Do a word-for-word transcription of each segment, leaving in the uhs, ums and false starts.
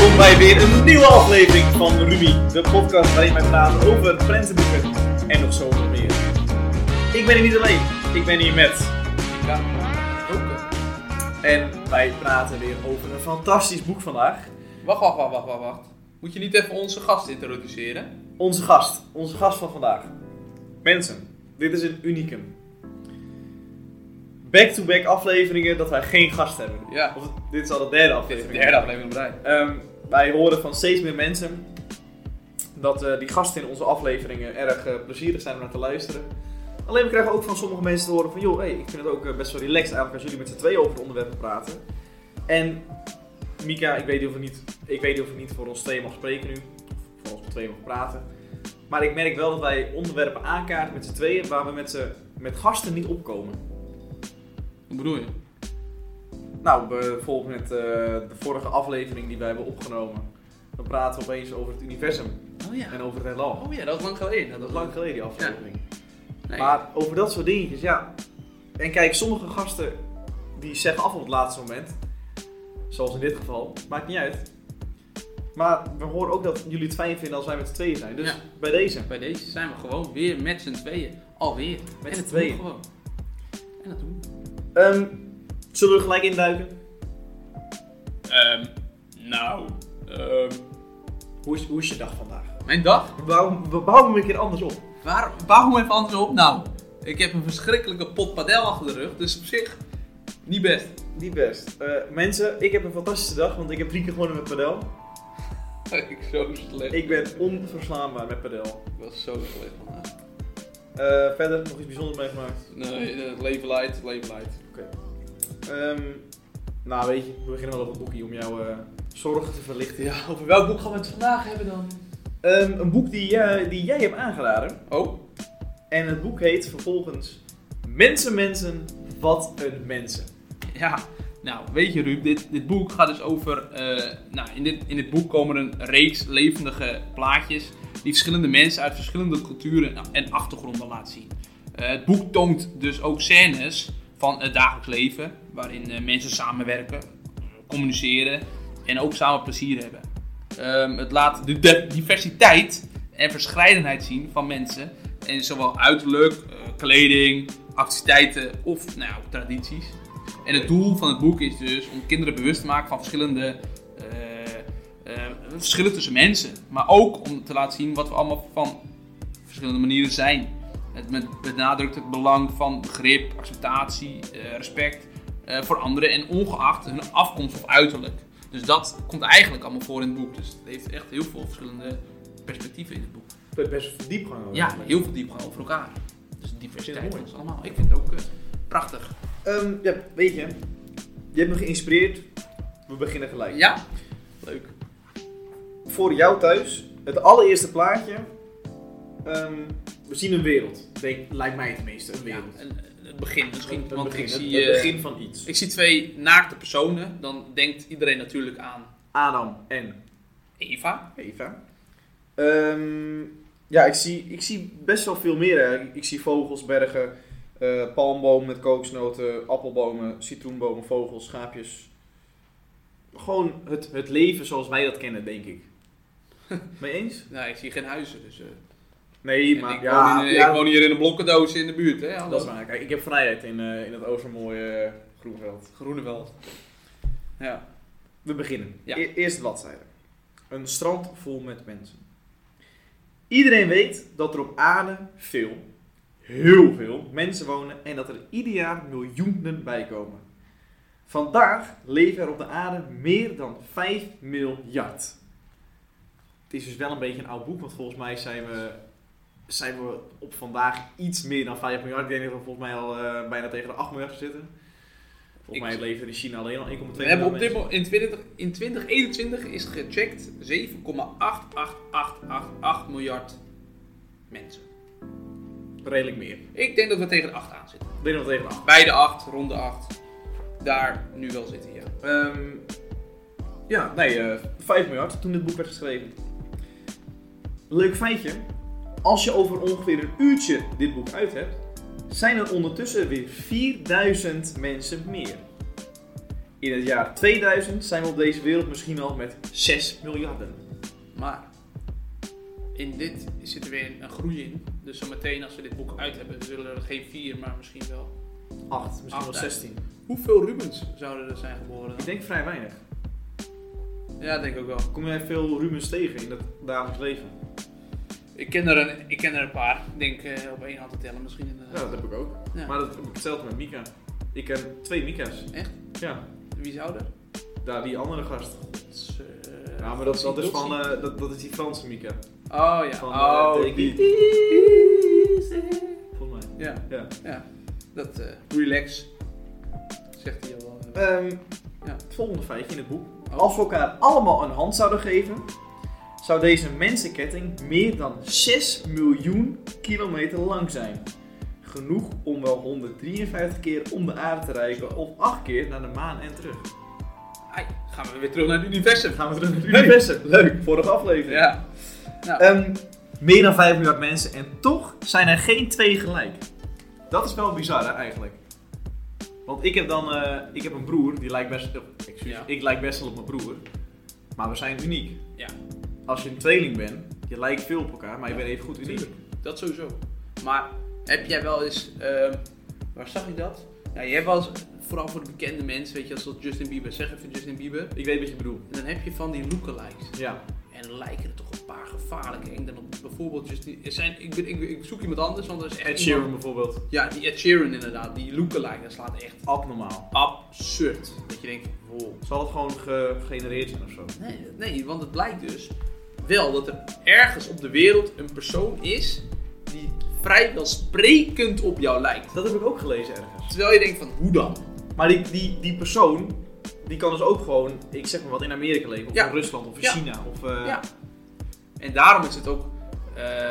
welkom bij weer een nieuwe aflevering van Ruby, de podcast waarin wij praten over prentenboeken en nog zoveel meer. Ik ben hier niet alleen, ik ben hier met Ja, ook. en wij praten weer over een fantastisch boek vandaag. Wacht, wacht, wacht, wacht, wacht, wacht. Moet je niet even onze gast introduceren? Onze gast, onze gast van vandaag. Mensen, dit is een unicum. Back-to-back afleveringen dat wij geen gast hebben. Ja. Of, dit is al de derde Dit is aflevering. de derde aflevering op rij. Um, wij horen van steeds meer mensen dat uh, die gasten in onze afleveringen erg uh, plezierig zijn om naar te luisteren. Alleen we krijgen ook van sommige mensen te horen van joh, hey, ik vind het ook uh, best wel relaxed eigenlijk als jullie met z'n tweeën over de onderwerpen praten. En Mika, ik weet niet of we niet, ik weet niet of we niet voor ons tweeën mag spreken nu, of voor ons tweeën mag praten. Maar ik merk wel dat wij onderwerpen aankaarten met z'n tweeën waar we met, z'n, met gasten niet opkomen. Hoe bedoel je? Nou, bijvoorbeeld met uh, de vorige aflevering die wij hebben opgenomen. Dan praten we opeens over het universum Oh ja. en over het heelal. Oh ja, dat was lang geleden. Dat is lang geleden die aflevering. Nee. Maar over dat soort dingetjes, ja. En kijk, sommige gasten die zeggen af op het laatste moment. Zoals in dit geval. Maakt niet uit. Maar we horen ook dat jullie het fijn vinden als wij met z'n tweeën zijn. Dus Ja. bij deze. Bij deze zijn we gewoon weer met z'n tweeën. Alweer. Met En z'n dat tweeën. doen we gewoon. En dat doen we. Um, zullen we gelijk induiken? Um, nou. Um, Hoe is, hoe is je dag vandaag? mijn dag? We bouwen, we bouwen hem een keer anders op. Waar, waarom even anders op? Nou, ik heb een verschrikkelijke pot padel achter de rug. Dus op zich niet best. Niet best. Uh, mensen, ik heb een fantastische dag, want ik heb drie keer gewonnen met padel. ik zo slecht. Ik ben onverslaanbaar met padel. Ik was zo slecht vandaag. Uh, verder nog iets bijzonders meegemaakt? Nee, het leven light, het leven light. Oké. Okay. Um, nou weet je, we beginnen wel over het boekje om jouw uh, zorgen te verlichten. Ja, over welk boek gaan we het vandaag hebben dan? Um, een boek die, uh, die jij hebt aangeraden. Oh. En het boek heet vervolgens Mensen, Mensen, Wat een Mensen. Ja, nou weet je Ruud, dit, dit boek gaat dus over, uh, nou in dit, in dit boek komen er een reeks levendige plaatjes die verschillende mensen uit verschillende culturen en achtergronden laten zien. Uh, het boek toont dus ook scènes van het dagelijks leven, waarin uh, mensen samenwerken, communiceren en ook samen plezier hebben. Um, het laat de, de diversiteit en verscheidenheid zien van mensen, en zowel uiterlijk, uh, kleding, activiteiten of nou, tradities. En het doel van het boek is dus om kinderen bewust te maken van verschillende uh, uh, verschillen tussen mensen. Maar ook om te laten zien wat we allemaal van verschillende manieren zijn. Het benadrukt het belang van begrip, acceptatie, uh, respect uh, voor anderen en ongeacht hun afkomst of uiterlijk. Dus dat komt eigenlijk allemaal voor in het boek. Dus het heeft echt heel veel verschillende perspectieven in het boek. Het is best veel diepgang over. Ja, heel veel diepgang over elkaar. Dus diversiteit van ons allemaal. Ik vind het ook uh, prachtig. Um, ja, weet je, je hebt me geïnspireerd. We beginnen gelijk. Ja, leuk. Voor jou thuis, het allereerste plaatje. Um, we zien een wereld. Denk, lijkt mij tenminste, een wereld. Ja, een, het begin misschien. Het, want begin, ik het, zie, het uh, begin van iets. Ik zie twee naakte personen. Dan denkt iedereen natuurlijk aan Adam en Eva. Eva. Um, ja, ik zie, ik zie best wel veel meer. Hè. Ik, ik zie vogels, bergen, uh, palmbomen met kokosnoten, appelbomen, citroenbomen, vogels, schaapjes. Gewoon het, het leven zoals wij dat kennen, denk ik. Mee eens? Nou, ik zie geen huizen. Dus, uh, nee, maar ik, ja, woon in, ja, ik woon hier in een blokkendoos in de buurt. Hè, dat is waar. Kijk, ik heb vrijheid in, uh, in het overmooie uh, Groeneveld. Groeneveld. Ja. We beginnen. Ja. E- eerste bladzijde. Een strand vol met mensen. Iedereen weet dat er op aarde veel, heel veel mensen wonen en dat er ieder jaar miljoenen bijkomen. Vandaag leven er op de aarde meer dan vijf miljard. Het is dus wel een beetje een oud boek, want volgens mij zijn we, zijn we op vandaag iets meer dan vijf miljard. Ik denk dat we volgens mij al uh, bijna tegen de acht miljard zitten. Volgens mij leven er in China alleen al één komma twee We hebben miljard op dit moment, in twintig eenentwintig is gecheckt zeven komma acht acht acht acht acht miljard mensen. Redelijk meer. Ik denk dat we tegen de acht aan zitten. Ik denk dat we tegen de acht. Bij de acht, rond de acht. Daar nu wel zitten, ja. Um, ja, nee, uh, vijf miljard toen dit boek werd geschreven. Leuk feitje. Als je over ongeveer een uurtje dit boek uit hebt, zijn er ondertussen weer vierduizend mensen meer. In het jaar tweeduizend zijn we op deze wereld misschien al met zes miljarden. Maar in dit zit er weer een groei in. Dus zometeen als we dit boek uit hebben, zullen er geen vier, maar misschien wel acht, misschien wel zestien. Hoeveel Rubens zouden er zijn geboren? Ik denk vrij weinig. Ja, denk ik ook wel. Kom jij veel Rubens tegen in het dagelijks leven? Ik ken er een, ik ken er een paar. Ik denk uh, op één hand te tellen misschien. In de... Ja, dat heb ik ook. Ja. Maar dat heb ik hetzelfde met Mika. Ik ken twee Mika's. Echt? Ja. Wie zou er? Daar, die andere gast. Is, uh, ja, maar dat, dat, is van, uh, dat, dat is die Franse Mika. Oh ja. Van, oh, uh, die. Volgens mij. Ja. Ja. ja. Dat, uh, relax. Zegt hij al. Uh, Um, ja. Het volgende feitje in het boek. Oh. Als we elkaar allemaal een hand zouden geven, zou deze mensenketting meer dan zes miljoen kilometer lang zijn. Genoeg om wel honderddrieënvijftig keer om de aarde te reiken of acht keer naar de maan en terug. Ai, gaan we weer terug naar het universum. Gaan we terug naar het universum. Leuk, vorige aflevering. Ja. Nou. Um, meer dan vijf miljard mensen en toch zijn er geen twee gelijk. Dat is wel bizar hè, eigenlijk. Want ik heb dan, uh, ik heb een broer, die lijkt best, oh, excuse, Ja. ik lijk best wel op mijn broer. Maar we zijn uniek. Ja. Als je een tweeling bent, je lijkt veel op elkaar, maar je Ja, bent even goed uniek. Tuurlijk. Dat sowieso. Maar heb jij wel eens, uh, waar zag ik dat? Ja, je hebt wel eens, vooral voor de bekende mensen, weet je, als dat Justin Bieber, zeg even Justin Bieber. Ik weet wat je bedoelt. En dan heb je van die lookalikes. Ja. En dan lijken er toch een paar gevaarlijke. Ik denk op bijvoorbeeld Justin, er zijn, ik, ik, ik zoek iemand anders, want er is echt Ed Sheeran iemand- bijvoorbeeld. Ja, die Ed Sheeran inderdaad, die lookalike, dat slaat echt Abnormaal. absurd. Dat je denkt, wow. Zal het gewoon ge- gegenereerd zijn of zo? Nee, nee, want het blijkt dus wel dat er ergens op de wereld een persoon is die vrijwel sprekend op jou lijkt. Dat heb ik ook gelezen ergens. Terwijl je denkt van, hoe dan? Maar die, die, die persoon, die kan dus ook gewoon, ik zeg maar wat, in Amerika leven. Of Ja. in Rusland of in Ja. China. Of, uh... Ja. En daarom is het ook uh,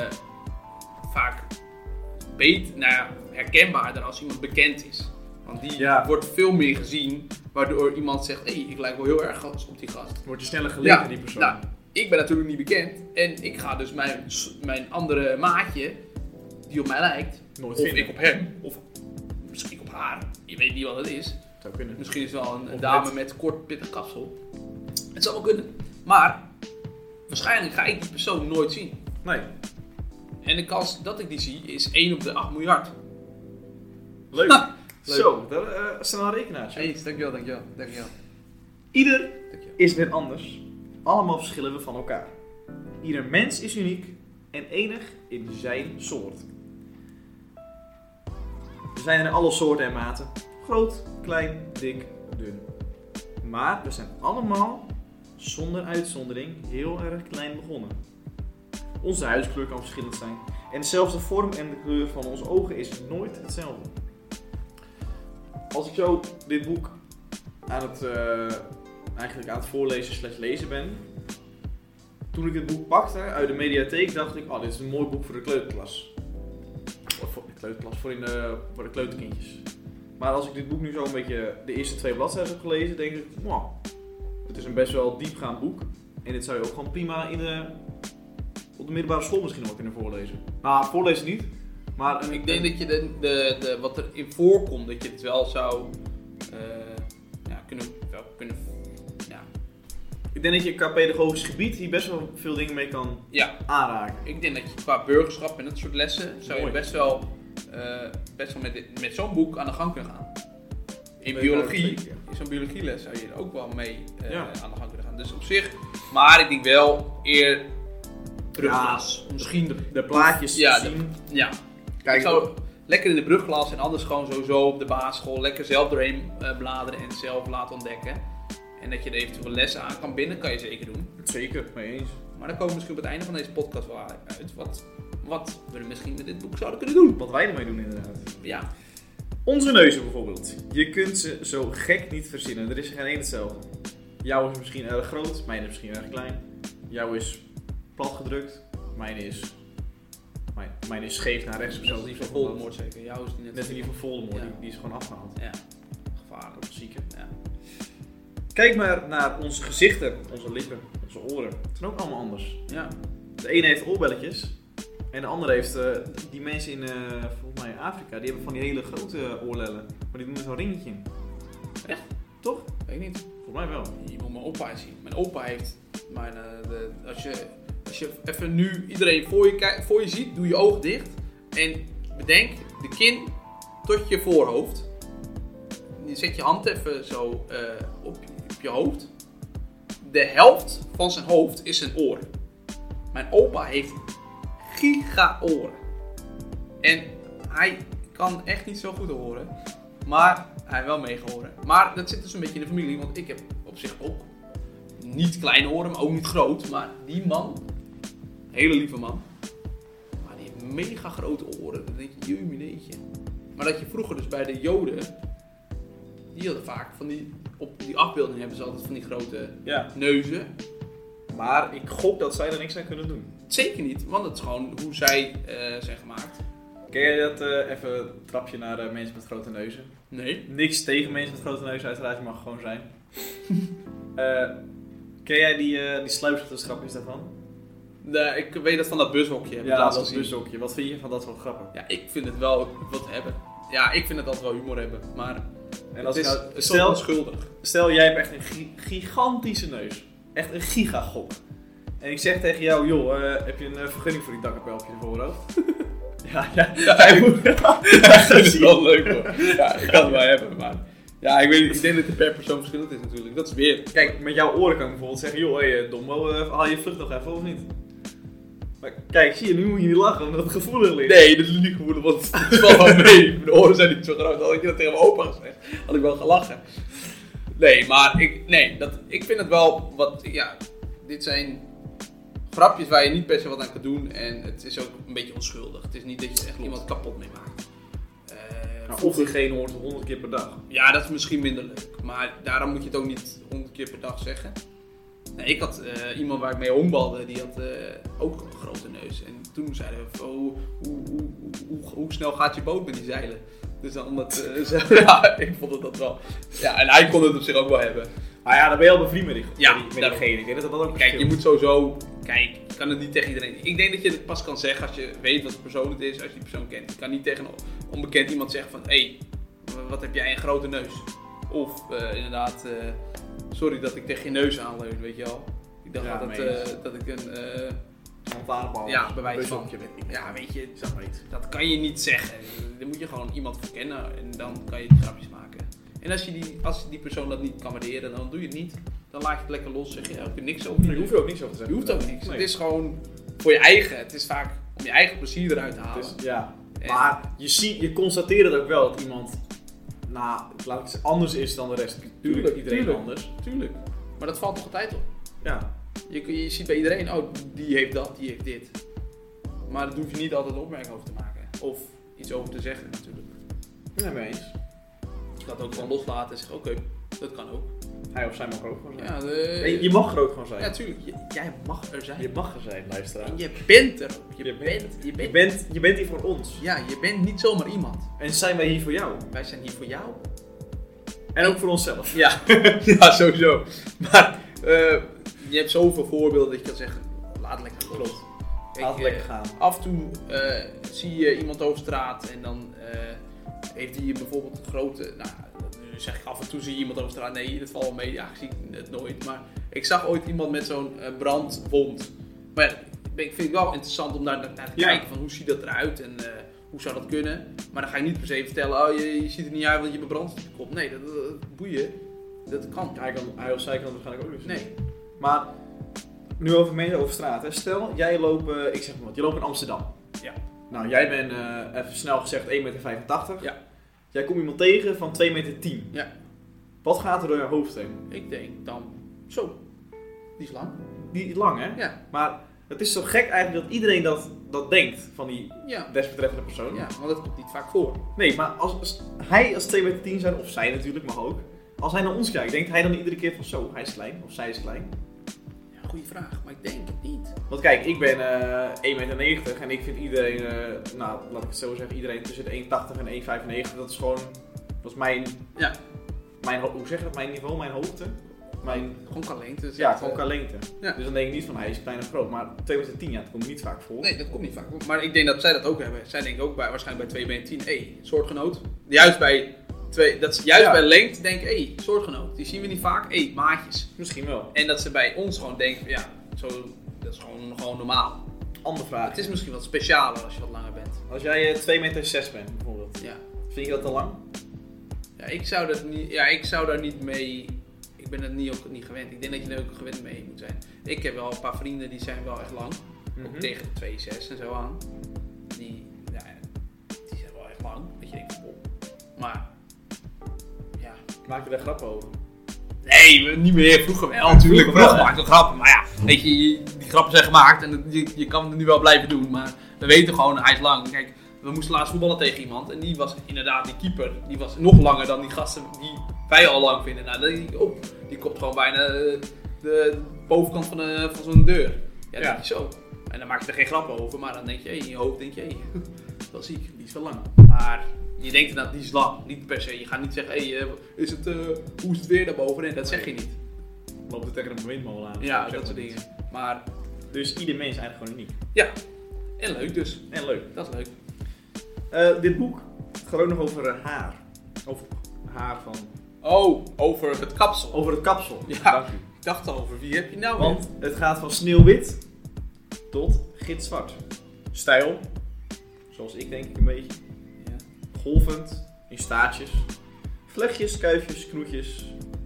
vaak beter, nou ja, herkenbaarder als iemand bekend is. Want die Ja. wordt veel meer gezien, waardoor iemand zegt, hé, hey, ik lijk wel heel erg op die gast. Word je sneller gelinkt aan die persoon. Nou, ik ben natuurlijk niet bekend en ik ga dus mijn, mijn andere maatje, die op mij lijkt, Nooit of vinden. ik op hem, of misschien op haar, je weet niet wat het is. Zou kunnen. Misschien is het wel een, een Of dame net. met kort pittig kapsel. Het zou wel kunnen, maar waarschijnlijk ga ik die persoon nooit zien. Nee. En de kans dat ik die zie is één op de acht miljard. Leuk. Ha, leuk. Zo, dat uh, snel een rekenaartje. Hey, dankjewel, dankjewel, dankjewel. Ieder dankjewel. is weer anders. Allemaal verschillen we van elkaar. Ieder mens is uniek en enig in zijn soort. We zijn er in alle soorten en maten. Groot, klein, dik, dun. Maar we zijn allemaal, zonder uitzondering, heel erg klein begonnen. Onze huidskleur kan verschillend zijn. En zelfs de vorm en de kleur van onze ogen is nooit hetzelfde. Als ik zo dit boek aan het, uh, eigenlijk aan het voorlezen slash lezen ben. Toen ik het boek pakte uit de mediatheek dacht ik, oh dit is een mooi boek voor de kleuterklas. Of voor de kleuterklas, voor, in de, voor de kleuterkindjes. Maar als ik dit boek nu zo een beetje de eerste twee bladzijden heb gelezen, denk ik, wow, het is een best wel diepgaand boek. En dit zou je ook gewoon prima in de, op de middelbare school misschien nog kunnen voorlezen. Nou, voorlezen niet. Maar een, Ik denk dat je de, de, de, wat erin voorkomt, dat je het wel zou uh, ja, kunnen, wel kunnen ja. Ik denk dat je qua pedagogisch gebied hier best wel veel dingen mee kan ja, aanraken. ik denk dat je qua burgerschap en dat soort lessen, zou je Mooi. best wel, uh, best wel met, dit, met zo'n boek aan de gang kunnen gaan. In Dat weet ik biologie, wel zeker. in zo'n biologieles zou je er ook wel mee uh, Ja. aan de gang kunnen gaan. Dus op zich, maar ik denk wel eer brugklas. Ja, Misschien De, de plaatjes Ja, zien. ja. Kijk, Ik zou lekker in de brugklas en anders gewoon sowieso op de basisschool lekker zelf doorheen uh, bladeren en zelf laten ontdekken. En dat je er eventueel lessen aan kan binnen, kan je zeker doen. zeker, mee eens. Maar dan komen we misschien op het einde van deze podcast wel uit wat, wat we misschien met dit boek zouden kunnen doen. Wat wij ermee doen inderdaad. Ja, Onze neuzen bijvoorbeeld. Je kunt ze zo gek niet verzinnen. Er is geen één hetzelfde. Jouw is misschien erg groot, mijn is misschien erg klein. Jouw is plat gedrukt, mijn is, mijn, mijn is scheef naar rechts of zo. zelfs die van Voldemort zeker. Jouw is net, Net die van Voldemort, Ja. die, die is gewoon afgehaald. Ja, gevaarlijk. Dat is ziek, hè? Ja. Kijk maar naar onze gezichten, onze lippen, onze oren. Het zijn ook allemaal anders. Ja. De ene heeft oorbelletjes en de andere heeft, uh, die mensen in uh, volgens mij Afrika, die hebben van die hele grote oorlellen. Maar die doen er zo'n ringetje in. Echt? Toch? Ik weet niet. Volgens mij wel. Je moet mijn opa eens zien. Mijn opa heeft... Mijn, uh, de, als, je, als je even nu iedereen voor je, kijk, voor je ziet, doe je ogen dicht. En bedenk de kin tot je voorhoofd. Je zet je hand even zo uh, op, op je hoofd. De helft van zijn hoofd is zijn oor. Mijn opa heeft giga oren. En hij kan echt niet zo goed horen. Maar hij heeft wel meegehoren. Maar dat zit dus een beetje in de familie. Want ik heb op zich ook niet kleine oren, maar ook niet groot. Maar die man, hele lieve man. Maar die heeft mega grote oren. Dan denk je, jeumineetje. Maar dat je vroeger dus bij de Joden... Die hadden vaak van die... Op die afbeelding hebben ze altijd van die grote ja. neuzen. Maar ik gok dat zij er niks aan kunnen doen. Zeker niet, want het is gewoon hoe zij uh, zijn gemaakt. Ken jij dat, uh, even een trapje naar uh, mensen met grote neuzen? Nee. Niks tegen mensen met grote neuzen, uiteraard, je mag gewoon zijn. uh, ken jij die, uh, die sluipschilderschapjes daarvan? De, ik weet dat van dat bushokje. Ja, dat bushokje. Wat vind je van dat soort grappen? Ja, ik vind het wel wat hebben. Ja, ik vind het altijd wel humor hebben, maar en als het is nou, stel, onschuldig. Stel, jij hebt echt een gi- gigantische neus. Echt een gigagok. En ik zeg tegen jou, joh, uh, heb je een uh, vergunning voor die dakkapel op je voorhoofd? ja, ja. ja, ja, dat is wel leuk hoor. Ja, ik kan het wel hebben, maar... Ja, ik weet niet, ik denk dat het per persoon verschillend is natuurlijk. Dat is weer... Kijk, met jouw oren kan ik bijvoorbeeld zeggen, joh, hey, Dombo, uh, haal je vlucht nog even, of niet? Maar kijk, zie je, nu moet je niet lachen, omdat het gevoelig ligt. Nee, dat is niet gevoelig, want het valt wel mee. Mijn oren zijn niet zo groot. Had ik dat tegen mijn opa gezegd, had ik wel gelachen. Nee, maar ik, nee, dat, ik vind het wel wat, ja, dit zijn grapjes waar je niet per se wat aan kan doen. En het is ook een beetje onschuldig. Het is niet dat je er echt iemand kapot mee maakt. Uh, nou, of diegene hoort het honderd keer per dag. Ja, dat is misschien minder leuk. Maar daarom moet je het ook niet honderd keer per dag zeggen. Nee, ik had uh, iemand waar ik mee honkbalde, die had uh, ook een grote neus. En toen zeiden we, oh, hoe, hoe, hoe, hoe, hoe snel gaat je boot met die zeilen? Dus dan omdat, uh, zo, ja, ik vond het dat wel. Ja, en hij kon het op zich ook wel hebben. Maar ja, dan ben je al bevriend met, die, ja, met, die, met diegene. Ik denk dat dat ook kijk, je moet sowieso, kijk, je kan het niet tegen iedereen. Ik denk dat je het pas kan zeggen als je weet wat de persoon het is, als je die persoon kent. Je kan niet tegen een onbekend iemand zeggen van, hé, hey, wat heb jij een grote neus? Of uh, inderdaad... Uh, Sorry dat ik tegen je neus aanleun, weet je wel. Ik dacht ja, dat, uh, dat ik een... Uh, Lantaarnbal. Ja, bewijs van. Weet ja, weet je, zeg maar iets. Dat kan je niet zeggen. Dan moet je gewoon iemand verkennen en dan kan je die grapjes maken. En als je die, als die persoon dat niet kan waarderen, dan doe je het niet. Dan laat je het lekker los, zeg je ook niks over. Nee, je hoeft er ook niks over te zeggen. Je hoeft ook niks. Nee. Het is gewoon voor je eigen. Het is vaak om je eigen plezier eruit te halen. Is, ja, en maar je, ziet, je constateert het ook wel dat iemand... Nou, laat ik zeggen, anders is dan de rest. Tuurlijk, iedereen tuurlijk, anders. Tuurlijk. Maar dat valt toch altijd op? Ja. Je, je ziet bij iedereen, oh, die heeft dat, die heeft dit. Maar daar hoef je niet altijd een opmerking over te maken. Of iets over te zeggen natuurlijk. Nee, mee eens. Je kan het ook gewoon loslaten en zeggen, oké, okay, dat kan ook. Hij of zij mag er ook gewoon zijn. Ja, de... nee, je mag er ook gewoon zijn. Ja, tuurlijk. Jij mag er zijn. Je mag er zijn, luisteraar. En je bent er ook. Je, je, bent, je, bent, je, bent, je bent hier voor ons. Ja, je bent niet zomaar iemand. En zijn wij hier voor jou? Wij zijn hier voor jou. En ook voor onszelf. Ja, ja sowieso. Maar uh, je hebt zoveel voorbeelden dat je kan zeggen, laat lekker los. Laat het lekker gaan. Af en toe uh, zie je iemand over straat en dan uh, heeft hij bijvoorbeeld een grote... Nou, nu zeg ik af en toe zie je iemand over straat. Nee, dat valt wel mee. Ja, ik zie het nooit. Maar ik zag ooit iemand met zo'n uh, brandwond. Maar ja, ik vind het wel interessant om daar naar te ja. kijken. Van hoe ziet dat eruit en uh, hoe zou dat kunnen. Maar dan ga je niet per se vertellen, oh, je, je ziet er niet uit want je bent brand op je kop. Nee, dat, dat boeien. Dat kan. Hij, kan, hij of zij kan het waarschijnlijk ook niet. Nee. Maar nu over mensen over straat. Hè. Stel, jij loopt, uh, ik zeg maar wat, je loopt in Amsterdam. Ja. Nou, jij bent, uh, even snel gezegd, één komma vijfentachtig meter. Ja. Jij komt iemand tegen van twee komma tien meter. Ja. Wat gaat er door je hoofd heen? Ik denk dan, zo, die is lang. Die is lang, hè? Ja. Maar het is zo gek eigenlijk dat iedereen dat, dat denkt van die ja. desbetreffende persoon. Ja, want dat komt niet vaak voor. Nee, maar als, als hij als twee komma tien zijn, of zij natuurlijk, mag ook. Als hij naar ons kijkt, denkt hij dan iedere keer van zo, hij is klein, of zij is klein? Ja, goeie vraag, maar ik denk het niet. Want kijk, ik ben uh, één komma negentig meter en ik vind iedereen, uh, nou laat ik het zo zeggen, iedereen tussen de één komma tachtig en één komma vijfennegentig, dat is gewoon, dat is mijn, ja. mijn, hoe zeg je dat, mijn niveau, mijn hoogte? Mijn... Gewoon qua lengte. Ja, gewoon qua lengte. Ja. Dus dan denk ik niet van hij is klein of groot, maar twee komma tien, ja, dat komt niet vaak voor. Nee, dat komt niet vaak voor. Maar ik denk dat zij dat ook hebben. Zij denken ook bij, waarschijnlijk bij twee komma tien, hé, hey, soortgenoot. Juist bij twee, dat ze juist Ja. bij lengte denken, hé, hey, soortgenoot, die zien we niet vaak, hé, hey, maatjes. Misschien wel. En dat ze bij ons gewoon denken, ja, zo, dat is gewoon, gewoon normaal. Andere vraag. Het is misschien wat specialer als je wat langer bent. Als jij uh, twee meter zes bent, bijvoorbeeld. Ja. Vind je dat te lang? Ja, ik zou, dat niet, ja, ik zou daar niet mee... Ik ben het niet, ook niet gewend. Ik denk dat je er ook gewend mee moet zijn. Ik heb wel een paar vrienden die zijn wel echt lang. Mm-hmm. Ook tegen de twee komma zes en zo aan. Die, ja, die zijn wel echt lang. Dat je denkt, oh. Maar, ja. Maak je daar grappen over? Nee, we- niet meer. Vroeger wel, natuurlijk. Vroeger wel, Vroeger maakten we grappen. Maar ja, weet je, je- die grappen zijn gemaakt en het- je, je kan het nu wel blijven doen. Maar we weten gewoon, hij is lang. Kijk, we moesten laatst voetballen tegen iemand en die was inderdaad, die keeper, die was nog langer dan die gasten die wij al lang vinden. Nou, die, oh, die kopt gewoon bijna de, de bovenkant van, de, van zo'n deur. Ja, Ja. denk je zo. En dan maak je er geen grappen over, maar dan denk je, hey, in je hoofd denk je, hé, hey, dat is wel ziek, die is wel lang. Maar je denkt inderdaad, die is lang. Niet per se, je gaat niet zeggen, hé, hey, uh, is het, uh, hoe is het weer daarboven? Nee, dat zeg je niet. Loopt er tegen een windmolen aan. Ja, Zeg dat soort maar dingen. niet. Maar Dus ieder mens is eigenlijk gewoon uniek. ja, en leuk dus. En leuk. Dat is leuk. Uh, dit boek gaat ook nog over uh, haar. Over haar van... Oh, over het kapsel. Over het kapsel. Ja. Dank u. Ik dacht al, over wie heb je nou Want het gaat van sneeuwwit tot gitzwart. Stijl. Zoals ik denk ik een beetje. weer? Ja. Golvend. In staartjes. Vlechtjes, kuifjes, knoetjes.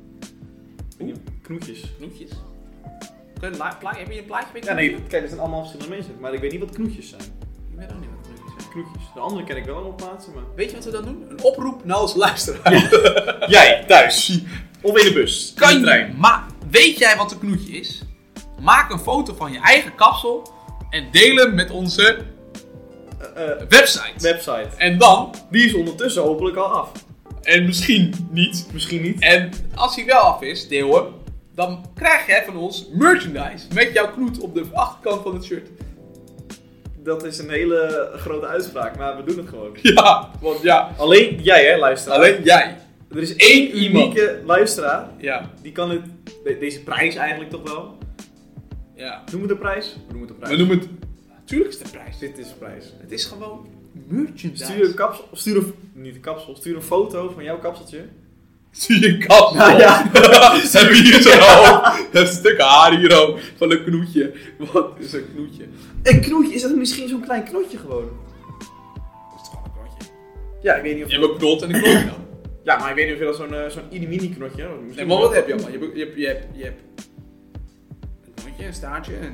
Oeh. Knoetjes. Knoetjes. Kun je een la- pla- heb je een plaatje met Ja, nee, knoetjes? kijk, er zijn allemaal verschillende mensen. Maar ik weet niet wat knoetjes zijn. Ik weet ook niet wat knoetjes zijn. Knoetjes. De andere ken ik wel allemaal plaatsen, maar... Weet je wat we dan doen? Een oproep naar onze luisteraar. Jij, thuis. Of in de bus. Kan in de je, trein. ma- weet jij wat een knoetje is? Maak een foto van je eigen kapsel en deel hem met onze Uh, uh, website. website. En dan, Die is ondertussen hopelijk al af. en misschien niet, Misschien niet. en als hij wel af is, deel hem, dan krijg jij van ons merchandise met jouw knoet op de achterkant van het shirt. Dat is een hele grote uitspraak, maar we doen het gewoon. Ja, want ja, Alleen jij, hè, luisteraar. alleen jij. Er is één Eén iemand. unieke luisteraar. Ja, Die kan het... de- deze prijs eigenlijk toch wel. ja. Noemen we de prijs? We noemen het de prijs. We noemen het, natuurlijk is het de prijs. Dit is de prijs. Het is gewoon merchandise. Stuur een kapsel... Of stuur een... Niet een kapsel. Stuur een foto van jouw kapseltje. Zie je een kapsel? Nou ja. Hebben we hier zo een stuk haar hier ook van een knoetje. Wat is een knoetje? Een knoetje? Is dat misschien zo'n klein knotje gewoon? Dat is toch gewoon een knotje? Ja, ik weet niet of... Je hebt een knot en een knotje dan. Ja, maar ik weet niet of je dat zo'n uh, zo'n mini knotje... Nee, maar wat heb je allemaal? Je hebt, je hebt, je hebt, je hebt een knotje, een staartje en...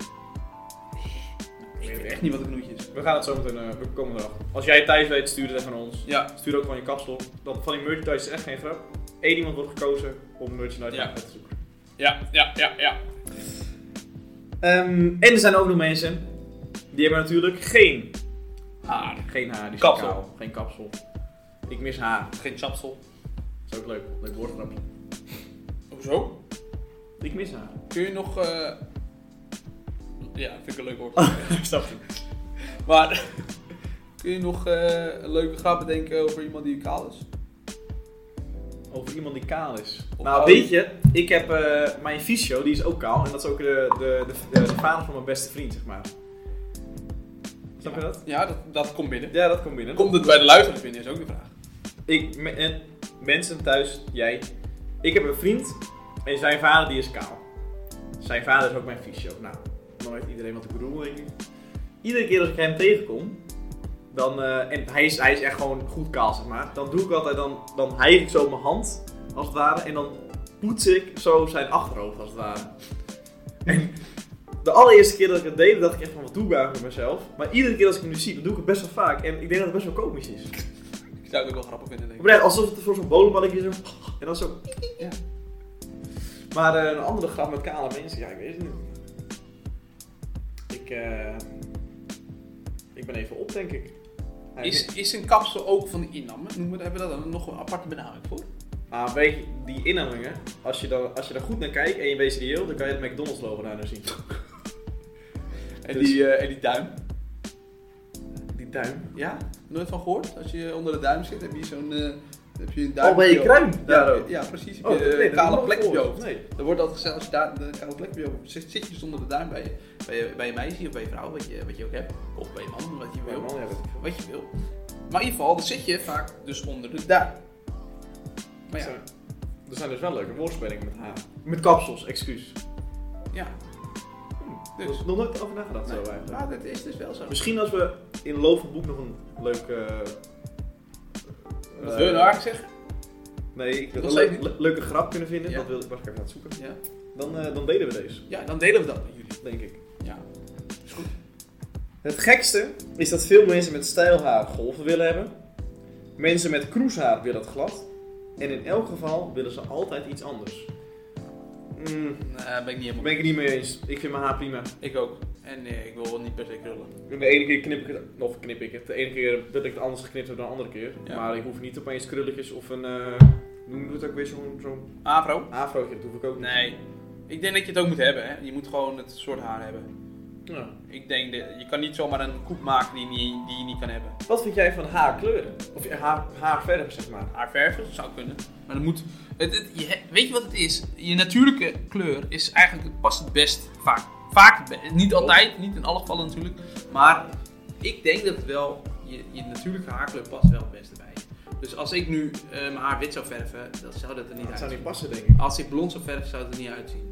Ik weet echt niet wat een knoetje is. We gaan het zo meteen... Uh, we komen eraf. Als jij het thuis weet, stuur het even naar ons. Ja. Stuur ook van je kapsel. Dat, van die merchandise is echt geen grap. Eén iemand wordt gekozen om merchandise Ja. uit te zoeken. Ja, ja, ja, ja. Um, en er zijn ook nog mensen... Die hebben natuurlijk geen... Haar. Geen haar. Die zijn Kapsel. kaal. Geen kapsel. Ik mis haar. Geen chapsel. Dat is ook leuk. Leuk woordgrapje. Hoezo? Ik mis haar. Kun je nog... Uh... Ja, vind ik een leuk woord. Snap je? Maar... Kun je nog uh, een leuke grap bedenken over iemand die kaal is? Over iemand die kaal is. Of nou, oud. weet je, ik heb uh, mijn fysio, die is ook kaal. En dat is ook de, de, de, de, de vader van mijn beste vriend, zeg maar. Snap je dat? Ja, dat, dat komt binnen. Ja, dat komt binnen. Komt het bij de luisteraars binnen, is ook de vraag. Ik, me- en mensen thuis, jij. Ik heb een vriend en zijn vader die is kaal. Zijn vader is ook mijn fysio. Nou, dan weet iedereen wat ik bedoel, denk ik. Iedere keer als ik hem tegenkom, dan, uh, en hij is, hij is echt gewoon goed kaal, zeg maar. Dan doe ik altijd, dan, dan hijg ik zo mijn hand, als het ware. En dan poets ik zo zijn achterhoofd, als het ware. En de allereerste keer dat ik het deed, dacht ik echt van, wat doe ik eigenlijk met mezelf? Maar iedere keer als ik hem nu zie, dan doe ik het best wel vaak. En ik denk dat het best wel komisch is. Ik zou het ook wel grappig vinden, denk ik. Maar echt, alsof het voor zo'n bolenballetje zo... En dan zo... Ja. Maar uh, een andere grap met kale mensen, ja, ik weet het niet. Ik, uh, ik ben even op, denk ik. Hij Is, is een kapsel ook van die innammen? Noemen we, hebben we daar dan nog een aparte benaming voor? Ah, weet je, die inhoudingen, als je, dan, als je daar goed naar kijkt en je weet serieus, dan kan je het McDonald's logo daar nou zien. En, Dus- die, uh, en die duim? Die duim. Ja? Nooit van gehoord? Als je onder de duim zit, heb je zo'n uh, heb je een duim. Oh, bij je kruin? Ja, Daar ook. ja, precies. Heb Oh, je, uh, nee, dat kale heb ik plek nog op je gehoord. hoofd. Nee. Er wordt altijd gezegd, als je daar de kale plek op je hoofd zit, zit je dus onder de duim bij je, bij je, bij je meisje of bij je vrouw, wat je, wat je ook hebt. Of bij je man, wat je Ja, wil. man, ja, weet ik veel. Wat je wil. Maar in ieder geval, dan zit je vaak dus onder de duim. Maar ja. Er zijn dus wel leuke woordspelingen met haar. Met kapsels, excuus. Ja. Dus. Dus nog nooit over nagedacht Nee. zo eigenlijk. Ja, dat is dus wel zo. Misschien als we in de loop van het boek nog een leuke... Wat uh, wil je nou eigenlijk zeggen? Nee, ik wil Dat een zei le- ik le- leuke grap kunnen vinden. Ja. Dat wil ik was ik even aan het zoeken. Ja. Dan, uh, dan delen we deze, Ja, dan delen we dat met jullie. denk ik. Ja. Is goed. Het gekste is dat veel mensen met stijlhaar golven willen hebben. Mensen met kroeshaar willen het glad. En in elk geval willen ze altijd iets anders. Mm, Nee, ben ik niet helemaal. daar ben ik het niet mee eens. Ik vind mijn haar prima. Ik ook. En nee, ik wil niet per se krullen. De ene keer knip ik het, of knip ik het. De ene keer wil ik het anders geknipt hebben dan de andere keer. Ja. Maar ik hoef niet opeens krulletjes of een, uh, noem je het ook weer zo'n zo'n Afro? afrootje. Dat hoef ik ook niet. Nee. Ik denk dat je het ook moet hebben, hè. Je moet gewoon het soort haar hebben. Ja. Ik denk, dat je kan niet zomaar een koek maken die, niet, die je niet kan hebben. Wat vind jij van haarkleuren? Of haar, haarverf, zeg maar. Haar verven zou kunnen. Maar dan moet... Het, het, je, weet je wat het is? Je natuurlijke kleur is eigenlijk, het past het best vaak. Vaak het best. Niet altijd, niet in alle gevallen natuurlijk. Maar ik denk dat het wel, je, je natuurlijke haarkleur past wel het beste bij je. Dus als ik nu uh, mijn haar wit zou verven, dan zou dat er niet Dat zou uitzien. niet passen, denk ik. Als ik blond zou verven, zou het er niet uitzien.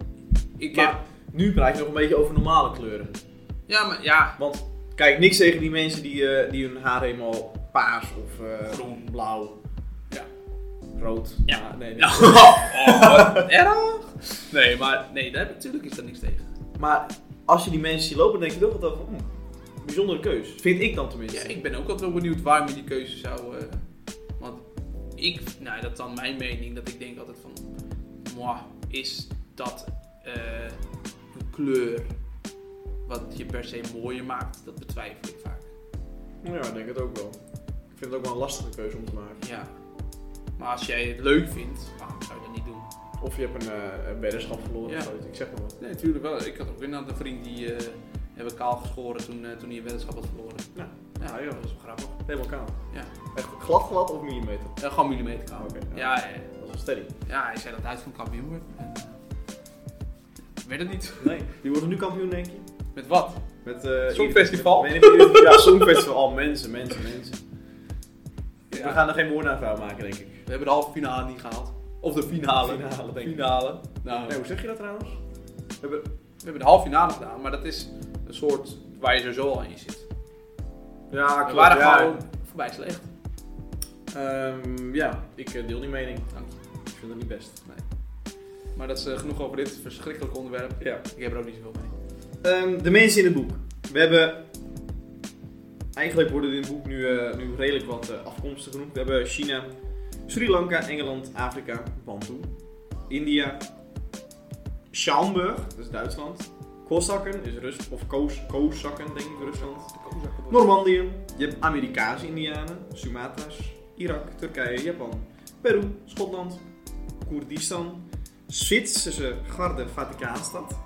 Ik Maar heb... nu praat je nog een beetje over normale kleuren. Ja, maar ja... Want, kijk, niks tegen die mensen die, uh, die hun haar helemaal paars of uh, Groen. blauw, Ja. rood. Ja. Ah, nee, nee. Ja. Oh, wat erg. Nee, maar nee, daar heb ik, natuurlijk is daar niks tegen. Maar als je die mensen ziet lopen, denk je toch altijd van, hmm, bijzondere keus. Vind ik dan tenminste. Ja, ik ben ook altijd wel benieuwd waarom je die keuze zou... Uh, want ik, nou dat is dan mijn mening, dat ik denk altijd van... Mwah, is dat uh, een kleur wat je per se mooier maakt? Dat betwijfel ik vaak. Ja, ik denk het ook wel. Ik vind het ook wel een lastige keuze om te maken. Ja. Maar als jij het leuk vindt, waarom zou je dat niet doen? Of je hebt een, uh, een weddenschap verloren Ja. of zoiets. Ik zeg maar wat. Nee, natuurlijk wel. Ik had ook inderdaad een vriend die uh, hebben kaal geschoren toen, uh, toen hij een weddenschap had verloren. Ja. Ja, Ah, ja. dat was wel grappig. Helemaal kaal. Ja. Echt glad glad of millimeter? Uh, gewoon millimeter kaal. Ah, oké. Ja, ja, ja. Dat is wel steady. Ja, hij zei dat hij van kampioen werd. En, uh, werd het niet. Nee. Wie wordt er nu kampioen, denk je? Met wat? Met uh, Songfestival? Met, met, ja, Songfestival. Al mensen, mensen, mensen. Ja. We gaan er geen woorden aan vuil maken, denk ik. We hebben de halve finale niet gehaald. Of de finale. Finale, denk ik. Finale. Nou, Nee, hoe zeg je dat trouwens? We hebben... we hebben de halve finale gedaan, maar dat is een soort waar je sowieso al in zit. Ja, klopt. We waren ja. gewoon voorbij slecht. Um, ja, ik uh, deel die mening. Dank je. Ik vind het niet best. Nee. Maar dat is uh, genoeg over dit verschrikkelijke onderwerp. Ja. Ik heb er ook niet zoveel mee. Um, de mensen in het boek. We hebben... Eigenlijk worden in het boek nu, uh, nu redelijk wat uh, afkomsten genoemd. We hebben China, Sri Lanka, Engeland, Afrika, Bantu, India, Schaumburg, dat is Duitsland, Kozakken is Rus of Koos, Kozakken denk ik, Rusland, Normandië, je hebt Amerikaanse Indianen, Sumatra's, Irak, Turkije, Japan, Peru, Schotland, Koerdistan, Zwitserse Garde Vaticaanstad.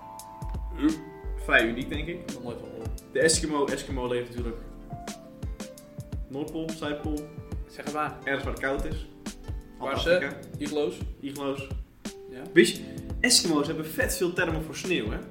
Vrij uniek denk ik. Nog nooit van gehoord. De Eskimo, Eskimo leeft natuurlijk Noordpool, Zuidpool, Zeg het maar. ergens waar het koud is. Waar Antarctica, ze? Igloos? igloos. Ja. Wist je, Eskimo's hebben vet veel termen voor sneeuw, hè?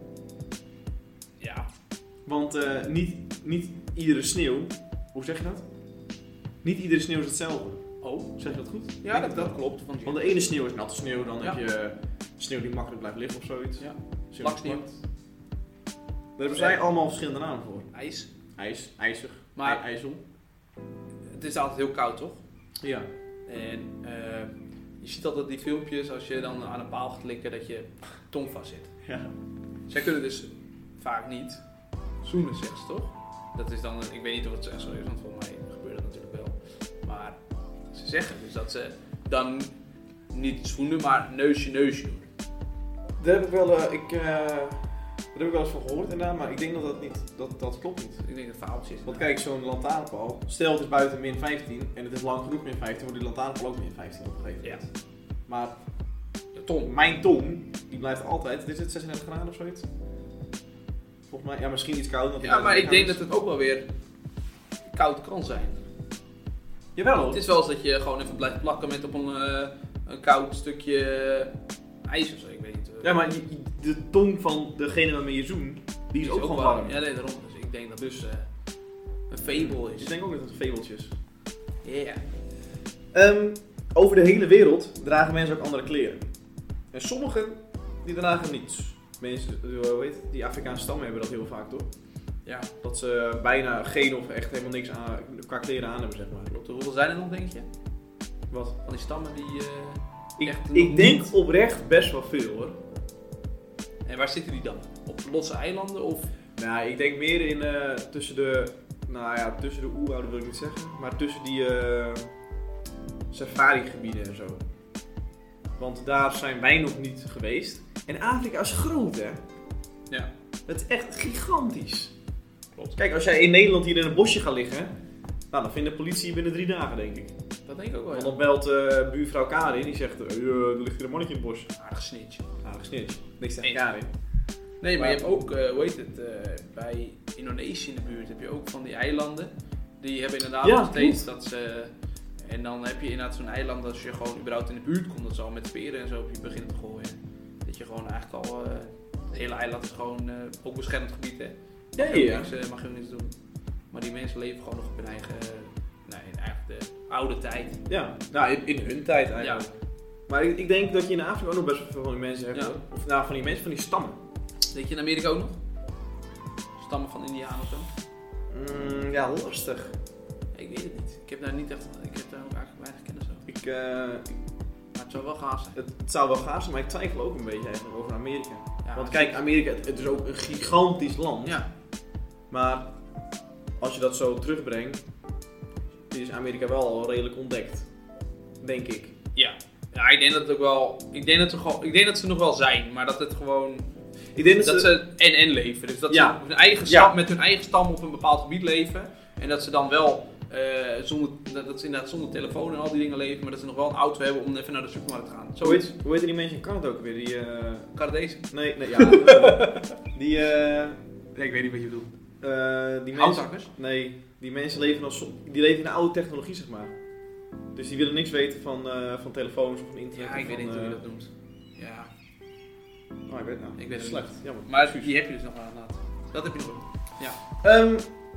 Ja. Want uh, niet, niet iedere sneeuw, hoe zeg je dat? Niet iedere sneeuw is hetzelfde. Oh. Zeg je dat goed? Ja, dat, dat klopt. Want Want de ene sneeuw is natte sneeuw, dan Ja. heb je uh, sneeuw die makkelijk blijft liggen of zoiets. Ja. Sneeuw Laksneeuw. plakt. Daar hebben zij allemaal verschillende namen voor. IJs. IJs, ijzig, Maar- ij- ijzel. Het is altijd heel koud, toch? Ja. En uh, je ziet altijd die filmpjes als je dan aan een paal gaat likken dat je tong vast zit. Ja. Zij kunnen dus vaak niet zoenen, zegt ze toch? Dat is dan, ik weet niet of het zo is, want volgens mij gebeurt dat natuurlijk wel. Maar ze zeggen dus dat ze dan niet zoenen, maar neusje neusje doen. Daar heb ik wel, uh, ik, uh, daar heb ik wel eens van gehoord inderdaad, maar ik denk dat dat niet, dat, dat klopt niet. Ik denk dat het verhaaltje is. Want kijk, zo'n lantaarnpaal, stel het is buiten min vijftien en het is lang genoeg min vijftien, wordt die lantaarnpaal ook min vijftien op een gegeven Ja. moment. Maar De tong. mijn tong, die blijft altijd, is het zesendertig graden of zoiets? Volgens mij, ja misschien iets kouder. omdat het Ja, maar ik buiten denk dat het ook wel weer koud kan zijn. Jawel hoor. Het is wel eens dat je gewoon even blijft plakken met op een, uh, een koud stukje uh, ijs of zo, ik weet niet. Uh, Ja, maar je- je- de tong van degene waarmee je zoent, die is ook gewoon warm. Ja, nee, daarom. Dus ik denk dat dus uh, een fable Dus is. ik denk ook dat het fabeltjes. Ja. Um, over de hele wereld dragen mensen ook andere kleren. En sommigen, die dragen niets. Mensen, hoe heet het, die Afrikaanse stammen hebben dat heel vaak, toch? Ja. Dat ze bijna geen of echt helemaal niks aan, qua kleren aan hebben, zeg maar. Klopt. Hoeveel zijn er nog, denk je? Wat? Van die stammen die uh, Ik, echt ik denk niet... oprecht best wel veel, hoor. En waar zitten die dan? Op losse eilanden of... Nou, ik denk meer in uh, tussen de, nou ja, tussen de oerwouden wil ik niet zeggen, maar tussen die uh, safari-gebieden en zo. Want daar zijn wij nog niet geweest. En Afrika is groot, hè? Ja. Het is echt gigantisch. Klopt. Kijk, als jij in Nederland hier in een bosje gaat liggen, nou, dan vindt de politie je binnen drie dagen, denk ik. Dat denk ik ook wel, Want ja. dan belt uh, buurvrouw Karin, die zegt, uh, er ligt hier een mannetje in het bos. Aardig snitch. Aardig snitch. Niks tegen Nee. Karin. Nee, maar Maar- je hebt ook, uh, hoe heet het, uh, bij Indonesië in de buurt heb je ook van die eilanden. Die hebben inderdaad Ja, nog steeds dat ze... En dan heb je inderdaad zo'n eiland als je gewoon überhaupt in de buurt komt, dat ze al met speren en zo op je beginnen te gooien. Dat je gewoon eigenlijk al... Uh, het hele eiland is gewoon uh, ook beschermd gebied, hè. Ja, Mag je ja. ook niks, uh, mag je ook niks doen. Maar die mensen leven gewoon nog op hun eigen... Uh, nee, in eigenlijk de oude tijd. Ja, nou, in, in hun tijd eigenlijk. Ja. Maar ik, ik denk dat je in Afrika ook nog best wel veel van die mensen hebt. Ja. Hoor. Of nou, van die mensen, van die stammen. Weet je in Amerika ook nog? Stammen van Indianen of zo? Mm, ja, lastig. Ik weet het niet. Ik heb daar niet echt... Ik heb daar ook eigenlijk weinig kennis over. Ik, uh, Maar het zou wel gaaf zijn. het, het zou wel gaaf zijn, maar ik twijfel ook een beetje eigenlijk over Amerika. Ja, Want kijk, Amerika, het, het is ook een gigantisch land. Ja. Maar als je dat zo terugbrengt, is Amerika wel al redelijk ontdekt. Denk ik. Ja. Ja, ik denk dat het ook wel... Ik denk dat, ze gewoon, ik denk dat ze nog wel zijn, maar dat het gewoon... Ik denk dat, Dat ze... ze en-en leven. Dus dat Ja. ze hun eigen Ja. stam, met hun eigen stam op een bepaald gebied leven. En dat ze dan wel... Uh, zonder, dat, dat ze inderdaad zonder telefoon en al die dingen leven, maar dat ze nog wel een auto hebben om even naar de supermarkt te gaan. Hoe Zoiets. heet, hoe heet die mensen in Canada ook weer? Die, uh... Canadezen. Nee, nee, ja. die, uh... Nee, ik weet niet wat je bedoelt. Uh, die mensen... Houtzakkers? Nee, die mensen leven, als, die leven in de oude technologie, zeg maar. Dus die willen niks weten van, uh, van telefoons of van internet. Ja, ik of weet van, niet hoe je uh, dat noemt. Ja. Oh, ik weet het nou. Ik weet het Slecht, jammer. Maar die heb je dus nog wel inderdaad. Dat heb je nog wel. Ja. Um,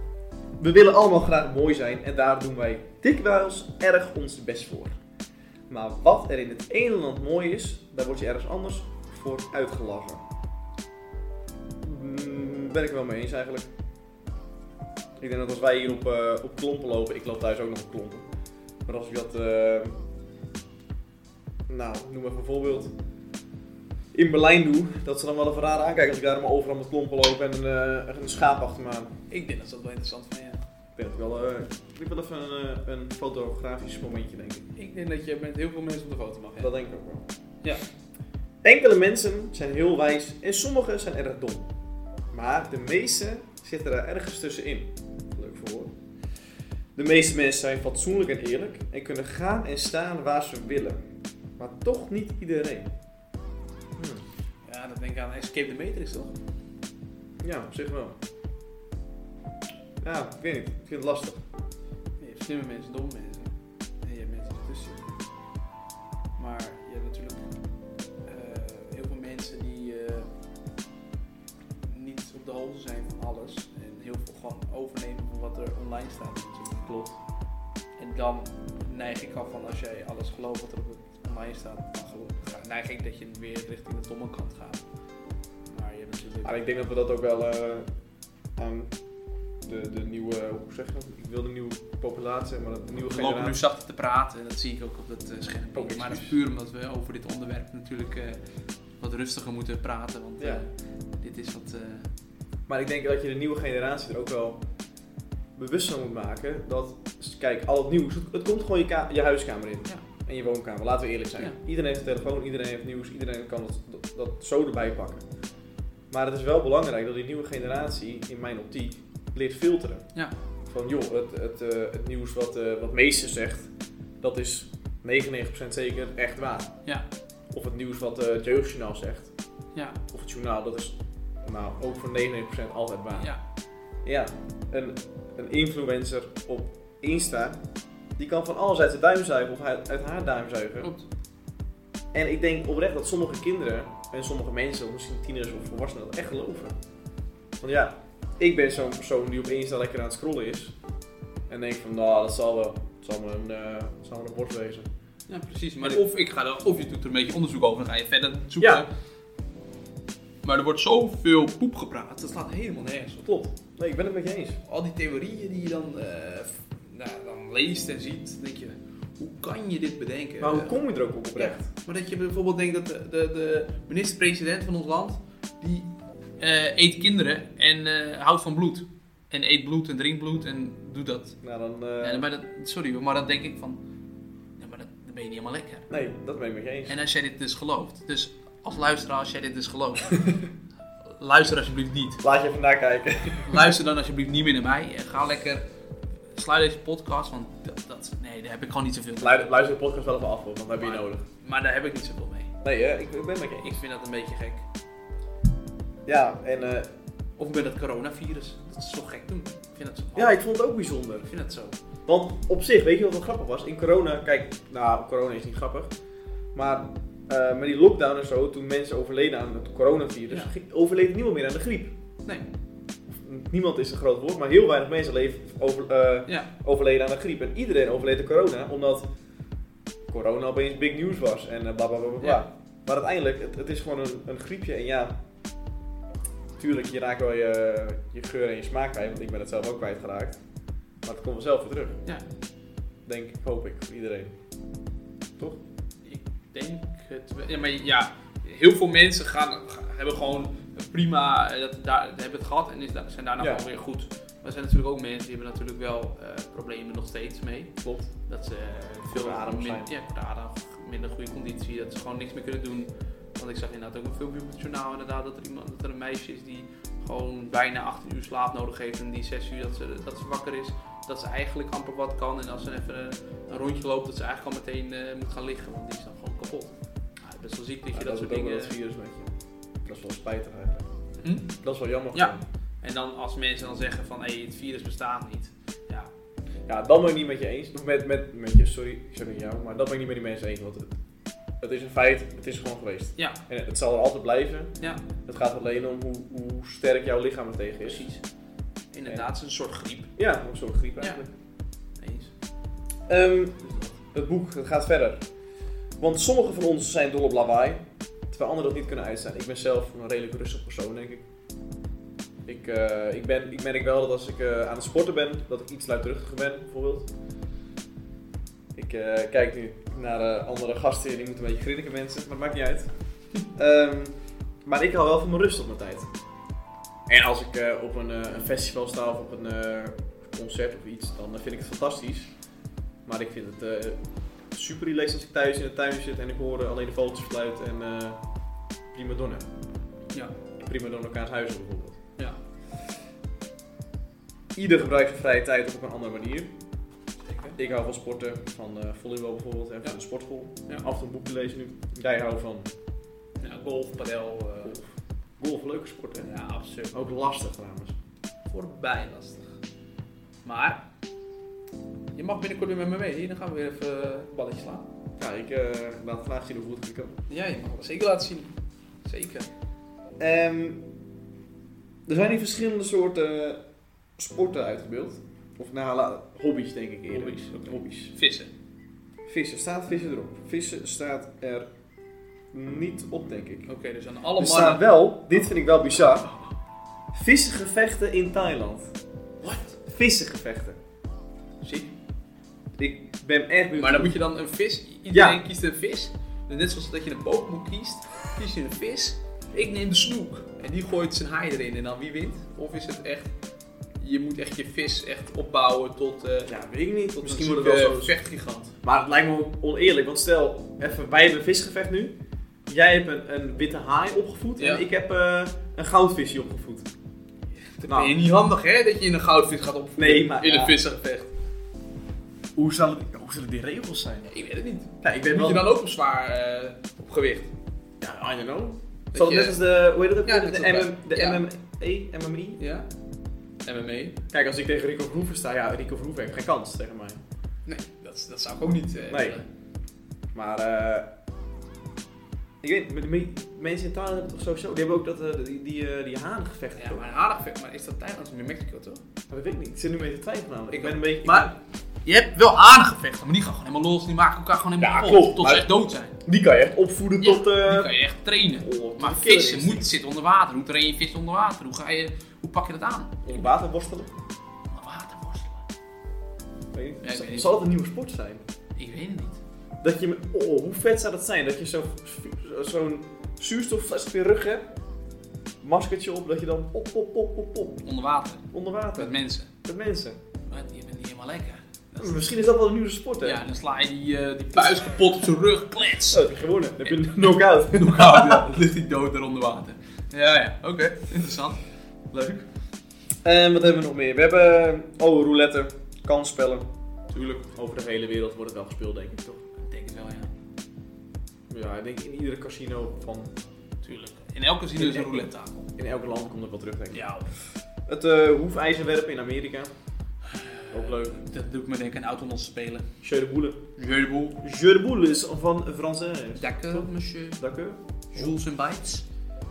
we willen allemaal graag mooi zijn en daar doen wij dikwijls erg ons best voor. Maar wat er in het ene land mooi is, daar word je ergens anders voor uitgelachen. Mm, ben ik er wel mee eens eigenlijk. Ik denk dat als wij hier op, uh, op klompen lopen, ik loop thuis ook nog op klompen. Maar als ik dat, uh, nou, noem even een voorbeeld, in Berlijn doe, dat ze dan wel even raar aankijken als ik daar maar overal met klompen loop en een, uh, een schaap achter me aan. Ik denk dat dat wel interessant van ja. Ik denk dat ik wel, uh, ik wil even een, uh, een fotografisch momentje, denk ik. Ik denk dat je met heel veel mensen op de foto mag. Ja. Dat denk ik ook wel. Ja. Enkele mensen zijn heel wijs en sommige zijn erg dom. Maar de meeste zitten er ergens tussenin. Leuk voor. De meeste mensen zijn fatsoenlijk en eerlijk en kunnen gaan en staan waar ze willen. Maar toch niet iedereen. Hmm. Ja, dat denk ik aan Escape the Matrix toch? Ja, op zich wel. Ja, ik weet niet. Ik vind het lastig. Je hebt slimme mensen, domme mensen. En je hebt mensen ertussen. Maar je hebt natuurlijk uh, heel veel mensen die uh, niet op de hoogte zijn van alles. En heel veel gewoon overnemen van wat er online staat natuurlijk. Klopt. En dan neig ik af van als jij alles gelooft wat er op het online staat, dan geloof, ja, neig ik dat je weer richting de domme kant gaat. Maar je hebt natuurlijk... Maar ik denk dat we dat ook wel uh, aan de, de nieuwe, hoe zeg je dat? Ik wil de nieuwe populatie zeggen, maar de nieuwe We lopen nu generatie. zachter te praten en dat zie ik ook op het uh, scherm. Ook Maar dat is excuus. puur omdat we over dit onderwerp natuurlijk uh, wat rustiger moeten praten. Want uh, Ja. dit is wat... Uh, Maar ik denk dat je de nieuwe generatie er ook wel bewust van moet maken dat, kijk, al het nieuws, het, het komt gewoon je, ka- je huiskamer in. Ja. En je woonkamer, laten we eerlijk zijn. Ja. Iedereen heeft een telefoon, iedereen heeft nieuws, iedereen kan dat, dat, dat zo erbij pakken. Maar het is wel belangrijk dat die nieuwe generatie, in mijn optiek, leert filteren. ja. Van joh, het, het, uh, het nieuws wat, uh, wat Meester zegt, dat is negenennegentig procent zeker echt waar. Ja. Of het nieuws wat uh, het Jeugdjournaal zegt, Ja. of het journaal, dat is nou ook voor negenennegentig procent altijd waar. Ja. Ja, een, een influencer op Insta, die kan van alles uit zijn duim zuigen of uit, uit haar duim zuigen. Klopt. En ik denk oprecht dat sommige kinderen en sommige mensen, of misschien tieners of volwassenen, dat echt geloven. Want ja, ik ben zo'n persoon die op Insta lekker aan het scrollen is. En denk van, nou, dat zal wel. Het zal maar een, uh, zal maar een bord wezen. Ja, precies. Maar En of, ik ga er, of je doet er een beetje onderzoek over en ga je verder zoeken. Ja. Maar er wordt zoveel poep gepraat, dat slaat helemaal nergens op. Klopt. Nee, ik ben het met je eens. Al die theorieën die je dan, uh, nou, dan leest en ziet, denk je, hoe kan je dit bedenken? Maar hoe kom je er ook op oprecht? Ja, maar dat je bijvoorbeeld denkt dat de, de, de minister-president van ons land, die uh, eet kinderen en uh, houdt van bloed. En eet bloed en drinkt bloed en doet dat. Nou, dan... Uh... Ja, maar dat sorry, maar dan denk ik van, ja, maar dat, dan ben je niet helemaal lekker. Nee, dat ben ik met je eens. En als jij dit dus gelooft, dus als luisteraar, als jij dit dus gelooft, luister alsjeblieft niet. Laat je even nakijken. Luister dan alsjeblieft niet meer naar mij. En ga lekker, sluit deze podcast, want dat, dat, nee, daar heb ik gewoon niet zoveel mee. Luister, luister de podcast wel even af, want dat heb je maar, nodig. Maar daar heb ik niet zoveel mee. Nee, hè? Ik, ik ben met je eens. Ik vind dat een beetje gek. Ja, en... Uh... Of met het coronavirus. Dat is zo gek doen. Ik vind dat zo. Ja, ik vond het ook bijzonder. Ik vind het zo. Want op zich, weet je wat wel grappig was? In corona, kijk, nou, corona is niet grappig. Maar uh, met die lockdown en zo, toen mensen overleden aan het coronavirus, ja. overleed niemand meer aan de griep. Nee. Niemand is een groot woord, maar heel weinig mensen leven, over, uh, ja. overleden aan de griep. En iedereen overleed aan corona, omdat corona opeens big news was en uh, bla bla bla bla. Ja. Maar uiteindelijk, het, het is gewoon een, een griepje en ja, tuurlijk, je raakt wel je, je geur en je smaak kwijt, want ik ben het zelf ook kwijtgeraakt. Maar het komt vanzelf weer terug. Ja. Denk, hoop ik, voor iedereen. Toch? Ik denk het wel. Ja, maar ja, heel veel mensen gaan, gaan, hebben gewoon prima, dat, daar, hebben het gehad en is, zijn daarna ja. gewoon weer goed. Maar er zijn natuurlijk ook mensen die hebben natuurlijk wel uh, problemen nog steeds mee. Klopt. Dat ze uh, veel adem zijn. Ja, kortadem, minder goede conditie, dat ze gewoon niks meer kunnen doen. Want ik zag inderdaad ook een filmpje op het journaal inderdaad dat er, iemand, dat er een meisje is die gewoon bijna achttien uur slaap nodig heeft en die zes uur dat ze, dat ze wakker is. Dat ze eigenlijk amper wat kan en als ze even een, een rondje loopt dat ze eigenlijk al meteen uh, moet gaan liggen, want die is dan gewoon kapot. Nou, best wel ziek dat je ja, dat, dat soort dingen... dingen... Dat virus met je. Dat is wel spijtig eigenlijk. Hm? Dat is wel jammer. Ja. En dan als mensen dan zeggen van hé, hey, het virus bestaat niet. Ja. Ja, dat ben ik niet met je eens. Met, met, met je, sorry, ik zeg niet jou, maar dat ben ik niet met die mensen eens. Want het, het is een feit, het is gewoon geweest. Ja. En het zal er altijd blijven. Ja. Het gaat alleen om hoe, hoe sterk jouw lichaam er tegen is. Precies. Inderdaad, het is een soort griep. Ja, een soort griep eigenlijk. Ja. Eens. Um, het boek, het gaat verder. Want sommigen van ons zijn dol op lawaai, terwijl anderen dat niet kunnen uitstaan. Ik ben zelf een redelijk rustig persoon, denk ik. Ik, uh, ik, ben, ik merk wel dat als ik uh, aan het sporten ben, dat ik iets luidruchtiger ben, bijvoorbeeld. Ik uh, kijk nu naar uh, andere gasten en die moeten een beetje grinniken mensen, maar het maakt niet uit. um, maar ik hou wel van mijn rust op mijn tijd. En als ik uh, op een, uh, een festival sta of op een uh, concert of iets, dan uh, vind ik het fantastisch. Maar ik vind het uh, super relaxed als ik thuis in de tuin zit en ik hoor uh, alleen de vogeltjes fluiten en uh, prima donna. Ja. Prima donna elkaars huizen bijvoorbeeld. Ja. Ieder gebruikt zijn vrije tijd op een andere manier. Zeker. Ik hou van sporten, van uh, volleybal bijvoorbeeld en ja. van de sportschool. Ja. Af en toe een boekje lezen nu. Jij houdt van ja, golf, padel. Uh... Golf. Golf, leuke sport hè? Ja, absoluut. Ook lastig trouwens. Voorbij lastig. Maar je mag binnenkort weer met me mee. Dan gaan we weer even een balletje slaan. Ja, ik uh, laat vandaag zien hoe goed ik kan. Ja, je mag dat zeker laten zien. Zeker. Um, er zijn hier verschillende soorten sporten uitgebeeld. Of nou, hobby's denk ik eerder. Hobby's. Okay. Hobby's. Vissen. Vissen. Staat vissen erop? Vissen staat er niet op, denk ik. Oké, okay, dus aan alle er mannen... staat wel, dit vind ik wel bizar, vissengevechten in Thailand. Wat? Vissengevechten. Zie. Ik ben echt benieuwd. Maar dan moet je dan een vis, iedereen ja. kiest een vis. Net zoals dat je een Pokémon kiest, kies je een vis. Ik neem de snoek en die gooit zijn haai erin en dan wie wint? Of is het echt, je moet echt je vis echt opbouwen tot, uh, ja, weet ik niet. Tot misschien een wordt het wel zo vechtgigant. Maar het lijkt me oneerlijk, want stel, even, wij hebben een visgevecht nu. Jij hebt een, een witte haai opgevoed ja. en ik heb uh, een goudvisje opgevoed. Dan nou. ben je niet handig hè, dat je in een goudvis gaat opvoeden nee, maar, in ja. een vissengevecht. Hoe zullen, hoe zullen die regels zijn? Ja, ik weet het niet. Ja, ik weet moet wel... je dan ook op zwaar uh, op gewicht? Ja, I don't know. Zal het net als de, hoe heet dat ook? Ja, de de, M M, de ja. M M E, M M I? Ja. M M E. Kijk, als ik tegen Rico Verhoeven sta, ja, Rico Verhoeven heeft geen kans tegen mij. Nee, dat, dat zou ik ook niet uh, nee. willen. Maar, eh... Uh, ik weet niet, de mensen in Thailand hebben het toch sowieso, die hebben ook dat, uh, die, die, uh, die hanengevechten. Ja, maar een hanengevecht, maar is dat Thailand of in Mexico toch? Dat weet ik niet, ik zit nu een beetje te twijfelen namelijk. Ik ben een beetje... Maar, Je hebt wel hanengevechten, maar die gaan gewoon helemaal los. Die maken elkaar gewoon helemaal Ja, kapot. klopt, Tot maar- ze echt dood zijn. Die kan je echt opvoeden Ja, tot... Uh... Die kan je echt trainen. Oh, Maar tot killer vissen instinct. moet zitten onder water. Hoe train je vis onder water? Hoe, ga je, hoe pak je dat aan? Onder water worstelen? Onder water worstelen. Weet je? Ja, ik Zal- weet niet. Zal het een nieuwe sport zijn? Ik weet het niet. Dat je... met- Oh, hoe vet zou dat zijn? Dat je zo, zo'n zuurstoffles op je rug hebt. Maskertje op, dat je dan pop, pop, pop, pop, pop. Onder water. Onder water. Met mensen. Met mensen. Maar die bent niet helemaal lekker. Dat is- Misschien is dat wel een nieuwe sport, hè? Ja, dan sla je die, uh, die puis kapot op zijn rug. Klets. Oh, dat heb je gewonnen. Dan heb je een knock-out. Hoe koud, ja. Dan ligt hij dood daar onder water. Ja, ja. Oké. Okay. Interessant. Leuk. En wat hebben we nog meer? We hebben... Oh, roulette. Kansspellen. Tuurlijk. Over de hele wereld wordt het wel gespeeld, denk ik, toch? Ik denk het wel, ja. Ja, ik denk in iedere casino van... Tuurlijk. In elke zin is een roulette tafel. In elk land komt het wel terug, denk ik. Ja. Het uh, hoefijzerwerpen in Amerika. Ook leuk. Dat doe ik me denken aan autonos spelen. Jeu de boule. Jeu de boule. Jeu de boule is van Français. D'accord, monsieur. D'accord. Jules en Bites.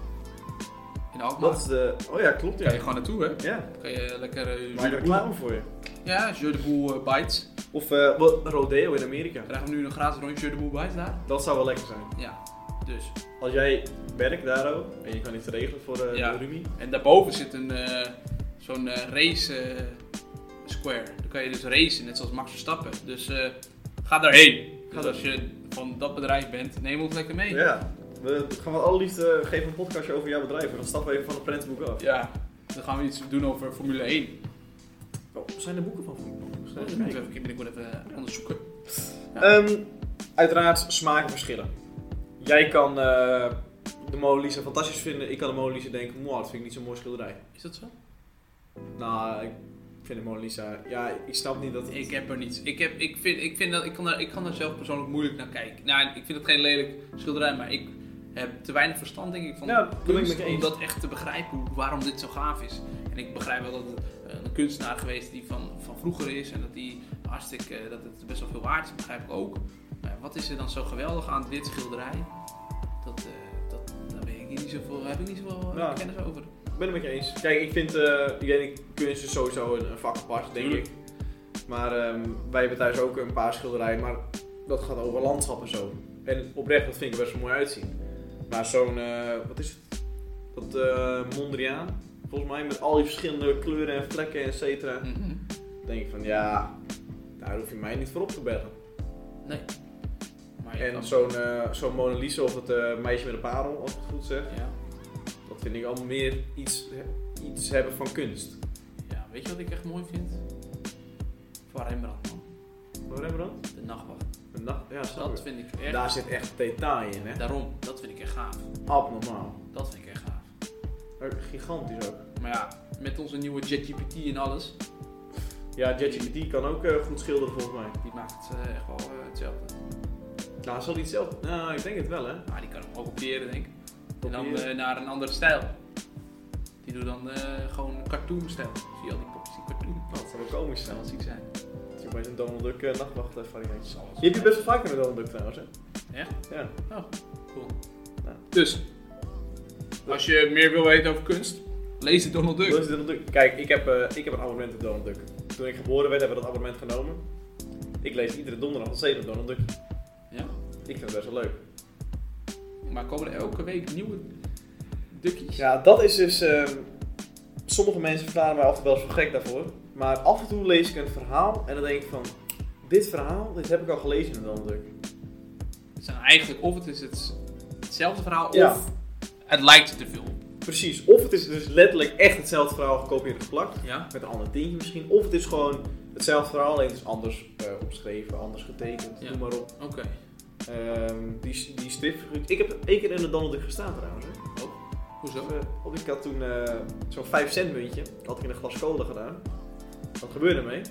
In Alkmaar. Dat is de... Oh ja, klopt, ja. Kan je gewoon naartoe, hè? Ja. Kan je lekker... Uh, Maar ik reclame voor je. Ja, Jeu de boule uh, Bites. Of uh, wat, rodeo in Amerika. Krijgen we nu een gratis rondje Jeu de boule Bites daar? Dat zou wel lekker zijn. Ja. Dus. Als jij werkt daar ook en je kan iets regelen voor uh, Ja. de Rumi. En daarboven zit een uh, zo'n uh, race uh, square. Dan kan je dus racen, net zoals Max Verstappen. Dus uh, ga daarheen. Ga Dus als je van dat bedrijf bent, neem ons lekker mee. Ja. We gaan wel allerliefst uh, geven een podcastje over jouw bedrijf. En dan stappen we even van het prentenboek af. Ja. Dan gaan we iets doen over Formule één. Oh, zijn er boeken van? Dat moeten we even binnenkort even onderzoeken. Ja. Um, uiteraard smaakverschillen. Jij kan uh, de Mona Lisa fantastisch vinden. Ik kan de Mona Lisa denken, wow, dat vind ik niet zo'n mooi schilderij. Is dat zo? Nou, ik vind de Mona Lisa... Ja, ik snap niet dat... Het... Ik heb er niets. Ik, heb, ik, vind, ik, vind dat, ik, kan daar, ik kan daar zelf persoonlijk moeilijk naar kijken. Nou, ik vind het geen lelijk schilderij, maar ik heb te weinig verstand, denk ik, van Ja, dat ben ik kunst met je om eens. dat echt te begrijpen, hoe, waarom dit zo gaaf is. En ik begrijp wel dat het uh, een kunstenaar geweest die van, van vroeger is en dat, die hartstikke, uh, dat het best wel veel waard is, begrijp ik ook. Maar wat is er dan zo geweldig aan dit schilderij? Dat, uh, dat, daar weet ik niet zoveel, heb ik niet zoveel uh, Ja. kennis over. Ik ben het met je eens. Kijk, ik vind, uh, ik denk, kunst is sowieso een, een vak apart, denk Tuurlijk. ik. Maar um, wij hebben thuis ook een paar schilderijen, maar dat gaat over landschap en zo. En oprecht, dat vind ik er best wel mooi uitzien. Maar zo'n, uh, wat is het? Dat uh, Mondriaan, volgens mij, met al die verschillende kleuren en vlekken, et cetera. Mm-hmm. Denk ik van, ja, daar hoef je mij niet voor op te bellen. Nee. Maar je En kan- zo'n, uh, zo'n Mona Lisa of het uh, meisje met een parel, als ik het goed zeg. Ja. Dat vind ik allemaal meer iets, iets hebben van kunst. Ja, weet je wat ik echt mooi vind? Van Rembrandt, man. Van Rembrandt? De nachtwacht. Een nacht, ja, snap Dat ik. vind ik echt... Daar zit echt detail in, hè? Daarom, dat vind ik echt gaaf. Abnormaal. Dat vind ik echt gaaf. Ook gigantisch ook. Maar ja, met onze nieuwe ChatGPT en alles, Ja, ChatGPT kan ook uh, goed schilderen volgens mij. die maakt het uh, echt wel uh, hetzelfde. Nou, zal hij het zelf... Nou, ik denk het wel, hè? Maar die kan hem ook kopiëren, denk ik. En dan Kopiëren. uh, naar een andere stijl. Die doet dan uh, gewoon een cartoon stijl. Zie je al die popjes, die cartoon. Nou, dat zou wel komisch Dat zou zijn. wel ziek zijn. Dat is ook bij zo'n Donald Duck uh, nachtwacht uh, variant. Zal wel Je hebt je ziek best wel vaker met Donald Duck trouwens, hè? zijn. Echt? Ja. Oh, cool. Ja. Dus, als je meer wil weten over kunst, lees de Donald Duck. Dat is Donald Duck. Kijk, ik heb, uh, ik heb een abonnement op Donald Duck. Toen ik geboren werd, hebben we dat abonnement genomen. Ik lees iedere donderdag nog steeds op Donald Duck. Ja? Ik vind het best wel leuk. Maar komen er elke week nieuwe duckjes? Ja, dat is dus... Uh, sommige mensen verklaren mij altijd wel eens voor gek daarvoor. Maar af en toe lees ik een verhaal en dan denk ik van... Dit verhaal, dit heb ik al gelezen in Donald Duck. Het zijn eigenlijk, of het is het, hetzelfde verhaal, Ja. of het lijkt te veel. Precies, of het is dus letterlijk echt hetzelfde verhaal gekopieerd en geplakt. Ja? Met een ander tintje misschien. Of het is gewoon hetzelfde verhaal, alleen het is anders uh, omschreven, anders getekend, Ja. noem maar op. Oké. Okay. Um, die, die stripfiguur. Ik heb één keer in de Donald Duck gestaan trouwens. Hè. Oh, hoezo? Uh, want ik had toen uh, zo'n vijf cent muntje, had ik in een glas cola gedaan. Wat gebeurde ermee?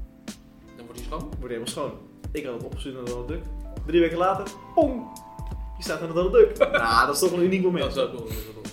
Dan wordt hij schoon? Wordt helemaal schoon. Ik had het opgestuurd naar Donald Duck. Drie weken later, pong! Die staat aan de Donald Duck. Nou, dat is toch een uniek moment. Dat is ook wel, dat is ook wel.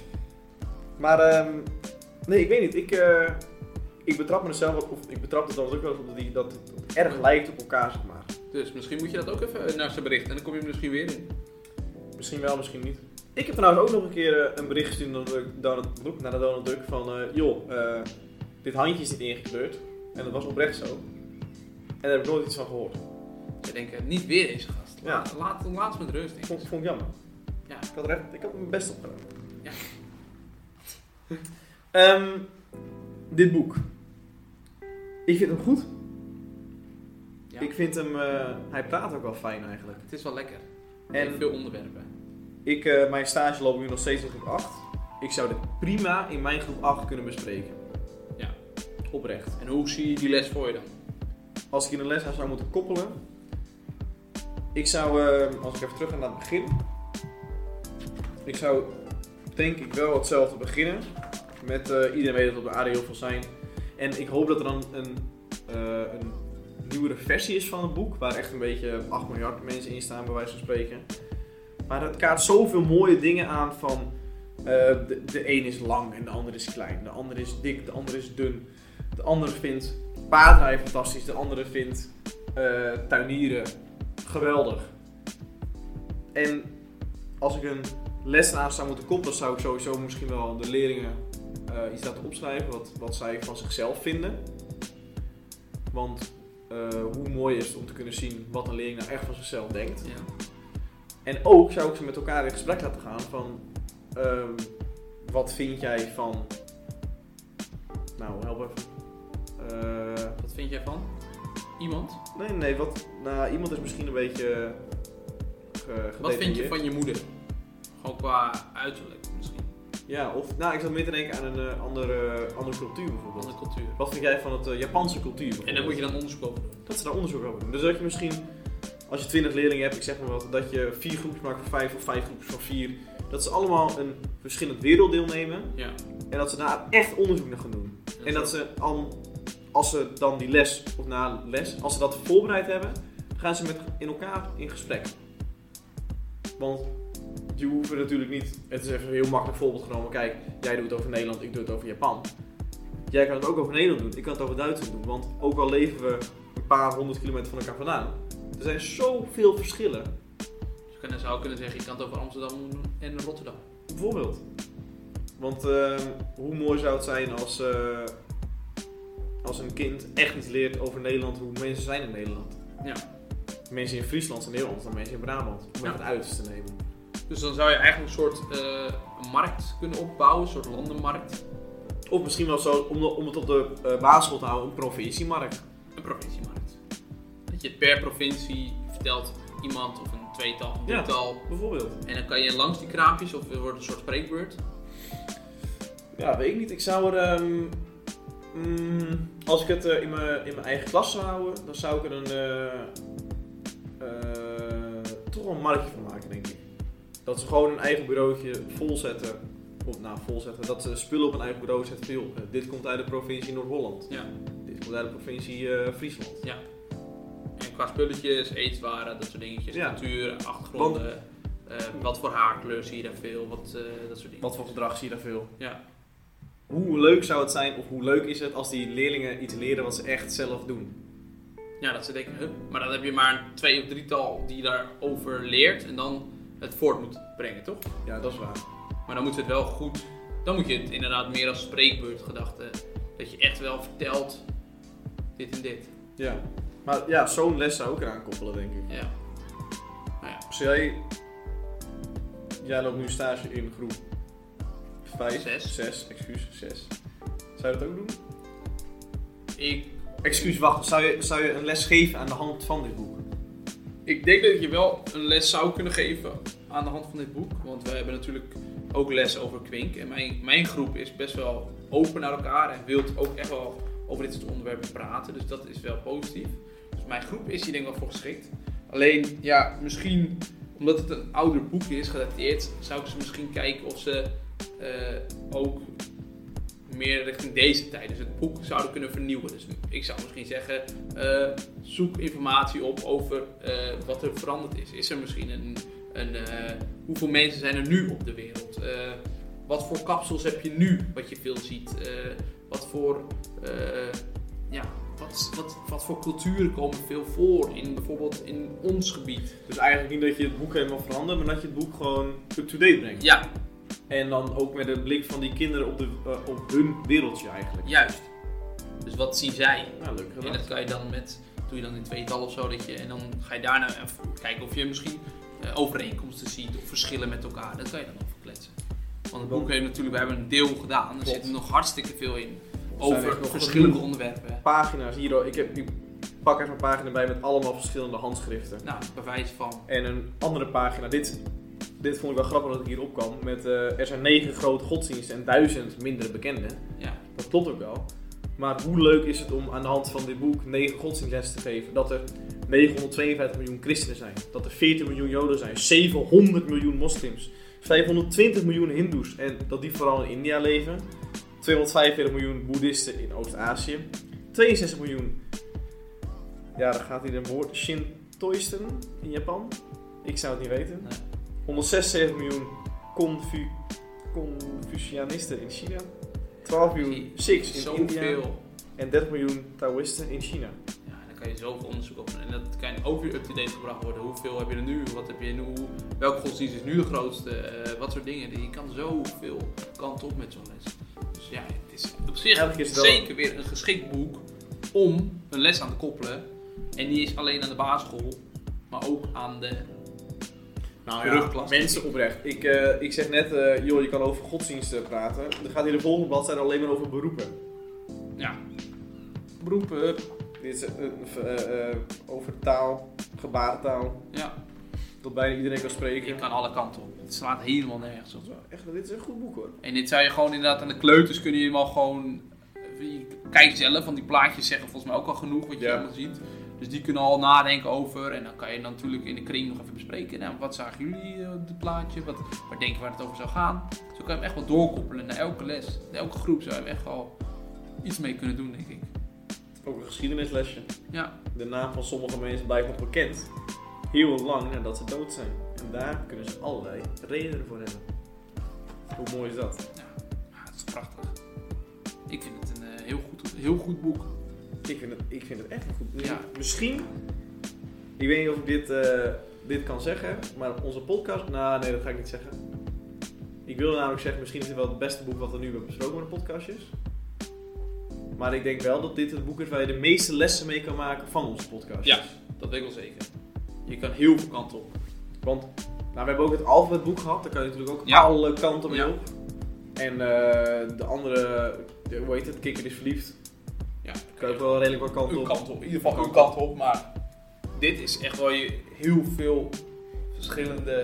Maar, um, nee, ik weet niet. Ik, uh, ik betrap mezelf, of ik betrap het Donald Duck wel eens op dat, die, dat het erg lijkt op elkaar, zeg maar. Dus misschien moet je dat ook even naar zijn bericht en dan kom je er misschien weer in. Misschien wel, misschien niet. Ik heb trouwens ook nog een keer uh, een bericht gestuurd naar de Donald Duck, naar de Donald Duck van, uh, joh, uh, dit handje is niet ingekleurd. En dat was oprecht zo. daar heb ik nooit iets van gehoord. Ze denken, niet weer deze gast. Ja. Laat, laat, laat ze met rust, denk ik. Vond, vond ik jammer. Ja. Ik had, er echt, ik had mijn best op gedaan. Ja. um, dit boek. Ik vind hem goed. Ja. Ik vind hem... Uh, hij praat ook wel fijn eigenlijk. Het is wel lekker. En en veel onderwerpen. Ik, uh, mijn stage loopt nu nog steeds in groep acht. Ik zou dit prima in mijn groep acht kunnen bespreken. Ja. Oprecht. En hoe zie je die les voor je dan? Als ik in een les aan zou moeten koppelen. Ik zou, uh, als ik even terug ga naar het begin. Ik zou denk ik wel hetzelfde beginnen. Met uh, iedereen weet dat op de A D heel veel zijn. En ik hoop dat er dan een, uh, een nieuwere versie is van het boek. Waar echt een beetje acht miljard mensen in staan bij wijze van spreken. Maar het kaart zoveel mooie dingen aan van... Uh, de, de een is lang en de ander is klein. De ander is dik, de ander is dun. De andere vindt paardrijden fantastisch. De andere vindt uh, tuinieren geweldig. En als ik een les aan zou moeten koppelen, zou ik sowieso misschien wel de leerlingen uh, iets laten opschrijven. Wat, wat zij van zichzelf vinden. Want uh, hoe mooi is het om te kunnen zien wat een leerling nou echt van zichzelf denkt. Ja. En ook zou ik ze met elkaar in gesprek laten gaan van... Uh, wat vind jij van... Nou, help even. Uh, Wat vind jij van? Iemand? nee, nee, wat... Nou, iemand is misschien een beetje... Ge, Wat vind je van je moeder? Gewoon qua uiterlijk misschien. Ja, of... Nou, ik zat meer te denken aan een uh, andere, andere cultuur bijvoorbeeld. Van de cultuur. Wat vind jij van het uh, Japanse cultuur bijvoorbeeld? En daar moet je dan onderzoek over doen. Dat ze daar onderzoek over doen. Dus dat je misschien... Als je twintig leerlingen hebt, ik zeg maar wat... Dat je vier groepjes maakt van vijf of vijf groepjes van vier... Dat ze allemaal een verschillend werelddeel nemen. Ja. En dat ze daar echt onderzoek naar gaan doen. Dat En dat ze, al, als ze dan die les, of na les, als ze dat voorbereid hebben, dan gaan ze met in elkaar in gesprek. Want je hoeft natuurlijk niet, het is even een heel makkelijk voorbeeld genomen, kijk, jij doet het over Nederland, ik doe het over Japan. Jij kan het ook over Nederland doen, ik kan het over Duitsland doen. Want ook al leven we een paar honderd kilometer van elkaar vandaan, er zijn zoveel verschillen. Dus je zou kunnen zeggen, je kan het over Amsterdam doen en Rotterdam. Bijvoorbeeld. Want uh, hoe mooi zou het zijn als, uh, als een kind echt iets leert over Nederland, hoe mensen zijn in Nederland. Ja. Mensen in Friesland zijn heel anders dan mensen in Brabant, om Ja. het uiterste te nemen. Dus dan zou je eigenlijk een soort uh, markt kunnen opbouwen, een soort landenmarkt. Of misschien wel zo, om, de, om het op de uh, basisschool te houden, een provinciemarkt. Een provinciemarkt. Dat je per provincie vertelt iemand of een tweetal, een Ja. drietal. Bijvoorbeeld. En dan kan je langs die kraampjes of er wordt een soort spreekbeurt. Ja, weet ik niet. Ik zou er... Um, mm, als ik het uh, in mijn in mijn eigen klas zou houden, dan zou ik er een... Uh, uh, toch wel een marktje van maken, denk ik. Dat ze gewoon een eigen bureautje volzetten. Of nou, volzetten. Dat ze spullen op een eigen bureau zetten. Veel. Uh, dit komt uit de provincie Noord-Holland. Ja. Dit komt uit de provincie uh, Friesland. Ja. En qua spulletjes, eetwaren, dat soort dingetjes, Ja. cultuur, achtergronden. Uh, wat voor haarkleur zie je daar veel, wat, uh, dat soort dingen. Wat voor gedrag zie je daar veel? Ja. Hoe leuk zou het zijn, of hoe leuk is het als die leerlingen iets leren wat ze echt zelf doen? Ja, dat ze denken, huh? Maar dan heb je maar een twee of drietal die daarover leert en dan het voort moet brengen, toch? Ja, dat is waar. Maar dan moet je het wel goed, dan moet je het inderdaad meer als spreekbeurtgedachte, dat je echt wel vertelt dit en dit. Ja. Maar ja, zo'n les zou ik eraan koppelen, denk ik. Ja. Nou ja. Zou jij... Jij loopt nu stage in groep vijf? Zes. zes, excuus, zes. Zou je dat ook doen? Ik, Excuus, wacht. Zou je, zou je een les geven aan de hand van dit boek? ik denk dat je wel een les zou kunnen geven aan de hand van dit boek. Want we hebben natuurlijk ook les over Kwink. En mijn, mijn groep is best wel open naar elkaar en wil ook echt wel over dit soort onderwerpen praten. Dus dat is wel positief. Dus mijn groep is hier denk ik wel voor geschikt. Alleen, ja, misschien omdat het een ouder boek is, gedateerd, zou ik ze misschien kijken of ze uh, ook meer richting deze tijd, dus het boek zouden kunnen vernieuwen. Dus ik zou misschien zeggen, uh, zoek informatie op over uh, wat er veranderd is. Is er misschien een, een uh, hoeveel mensen zijn er nu op de wereld? Uh, wat voor kapsels heb je nu, wat je veel ziet? Uh, wat voor uh, ja, wat, wat, wat voor culturen komen veel voor in bijvoorbeeld in ons gebied? Dus eigenlijk niet dat je het boek helemaal verandert, maar dat je het boek gewoon up-to-date brengt. Ja. En dan ook met een blik van die kinderen op, de, uh, op hun wereldje eigenlijk. Juist. Dus wat zien zij? Nou, leuk gedaan. En dat kan je dan met doe je dan in tweetal of zo. Dat je, en dan ga je daarna even kijken of je misschien uh, overeenkomsten ziet of verschillen met elkaar. Dat kan je dan over kletsen. Want het boek heeft natuurlijk, we hebben een deel gedaan. Er zit nog hartstikke veel in. Over verschillende onderwerpen. Pagina's, hier, ik, heb, ik pak even een pagina bij met allemaal verschillende handschriften. Nou, bewijs van. En een andere pagina, dit, dit vond ik wel grappig dat ik hier opkwam. Met, uh, er zijn negen grote godsdiensten en duizend mindere bekende. Ja. Dat klopt ook wel. Maar hoe leuk is het om aan de hand van dit boek negen godsdienstlessen te geven. Dat er negenhonderdtweeënvijftig miljoen christenen zijn. Dat er veertien miljoen joden zijn. zevenhonderd miljoen moslims. vijfhonderdtwintig miljoen hindoes. En dat die vooral in India leven. tweehonderdvijfenveertig miljoen boeddhisten in Oost-Azië. tweeënzestig miljoen, ja, daar gaat hier een woord, Shintoïsten in Japan. Ik zou het niet weten. Nee. honderdzesenzeventig miljoen Confu, Confucianisten in China. twaalf miljoen Sikhs in Zo India. Veel. En dertig miljoen Taoïsten in China. Ja, dan kan je zoveel onderzoek op doen. En dat kan ook weer up-to-date gebracht worden. Hoeveel heb je er nu? Wat heb je nu? Welke godsdienst is nu de grootste? Uh, wat soort dingen. Je kan zoveel kanten op met zo'n les. Dus ja, het is op zich is wel... zeker weer een geschikt boek om een les aan te koppelen. En die is alleen aan de basisschool, maar ook aan de nou ja, mensen oprecht. Ik, uh, ik zeg net, uh, joh, je kan over godsdiensten praten. Dan gaat hier de volgende bladzijde alleen maar over beroepen. Ja. Beroepen. Dit is uh, uh, uh, over taal, gebarentaal. Ja. Dat bijna iedereen kan spreken. Je kan alle kanten op. Het slaat helemaal nergens op. Echt, dit is een goed boek hoor. En dit zou je gewoon inderdaad aan de kleuters kunnen je hem al gewoon... Kijk zelf, want die plaatjes zeggen volgens mij ook al genoeg wat je ja. allemaal ziet. Dus die kunnen al nadenken over. En dan kan je natuurlijk in de kring nog even bespreken. Nou, wat zagen jullie op het plaatje? Wat, waar denk je waar het over zou gaan? Zo kan je hem echt wel doorkoppelen naar elke les. Naar elke groep zou je hem echt wel iets mee kunnen doen, denk ik. Ook een geschiedenislesje. Ja. De naam van sommige mensen blijft nog bekend. Heel lang nadat ze dood zijn. En daar kunnen ze allerlei redenen voor hebben. Hoe mooi is dat? Ja, het is prachtig. Ik vind het een uh, heel, goed, heel goed boek. Ik vind, het, ik vind het echt een goed boek. Ja. Misschien, ik weet niet of ik dit, uh, dit kan zeggen, maar onze podcast, nou nee, dat ga ik niet zeggen. Ik wilde namelijk zeggen, misschien is dit wel het beste boek wat we nu hebben besproken met de podcastjes. Maar ik denk wel dat dit het boek is waar je de meeste lessen mee kan maken van onze podcastjes. Ja, dat weet ik wel zeker. Je kan heel veel kanten op. Want, nou, we hebben ook het alfabetboek gehad, daar kan je natuurlijk ook ja. alle kanten mee ja. op. En uh, de andere, hoe heet het, Kikker is verliefd. Ja, daar kan je ook wel redelijk wat kanten een op. Kant op. In ieder geval een kant op, maar dit is echt wel je heel veel verschillende...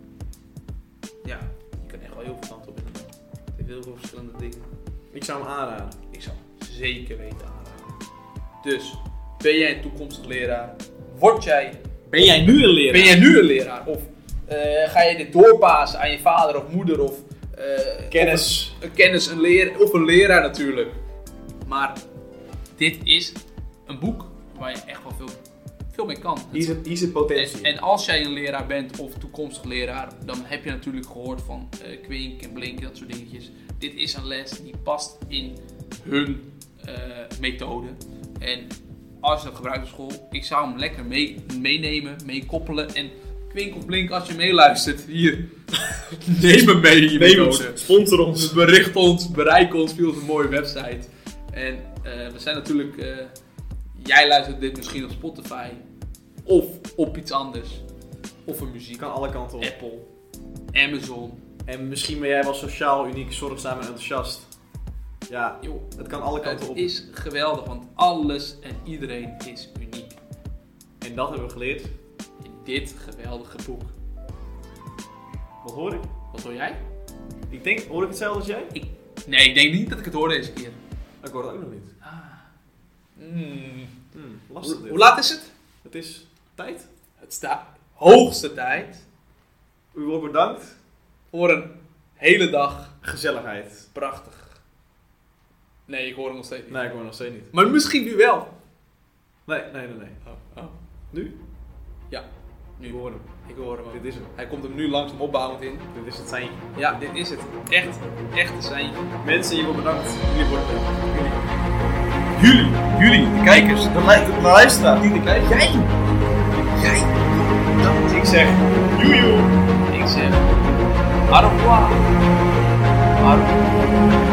Ja, je kan echt wel heel veel kanten op inderdaad. Het heeft heel veel verschillende dingen. Ik zou hem aanraden. Ik zou hem zeker weten aanraden. Dus, ben jij een toekomstig leraar? Word jij... Ben jij nu een leraar? Ben jij nu een leraar? Of uh, ga je dit doorpassen aan je vader of moeder of... Uh, kennis. Of een, een kennis, een leraar, of een leraar natuurlijk. Maar dit is een boek waar je echt wel veel, veel mee kan. Hier zit, hier zit potentie. En, en als jij een leraar bent of toekomstig leraar, dan heb je natuurlijk gehoord van uh, Kwink en Blink en dat soort dingetjes. Dit is een les die past in hun uh, methode. En als je dat gebruikt op school, ik zou hem lekker mee, meenemen, meekoppelen. En Kwink of Blink, als je meeluistert, hier, neem hem mee in je neem methode. Ons, sponsor ons. Bericht ons, bereik ons via onze mooie website. En uh, we zijn natuurlijk, uh, jij luistert dit misschien op Spotify of op iets anders. Of een muziek. Kan alle kanten op. Apple, Amazon. En misschien ben jij wel sociaal, uniek, zorgzaam en enthousiast. Ja, Yo, het kan alle kanten het op. Het is geweldig, want alles en iedereen is uniek. En dat hebben we geleerd. In dit geweldige boek. Wat hoor ik? Wat hoor jij? Ik denk, hoor ik hetzelfde als jij? Ik, nee, ik denk niet dat ik het hoor deze keer. Ik hoor het ook nog niet. Ah. Mm. Hmm, lastig Hoe, dit. hoe laat is het? Het is tijd. Het staat hoogste tijd U wordt bedankt. voor een hele dag Gezelligheid. prachtig. Nee, ik hoor hem nog steeds niet. Nee, ik hoor nog steeds niet. Maar misschien nu wel. Nee, nee, nee, nee. Oh, oh. Nu? Ja, nu. Ik hoor hem. Ik hoor hem ook. Dit is hem. Hij komt hem nu langzaam opbouwend in. Dit is het zijn. Ja, dit is het. Echt, echt het zijn. Mensen, je wordt bedankt. Jullie worden bedankt. Jullie. Jullie. Jullie. De kijkers. De, lu- de luisteraar. Niet de kijkers. Jij. Jij. Dat ik zeg. Joejoe. Ik zeg, au revoir. Au revoir.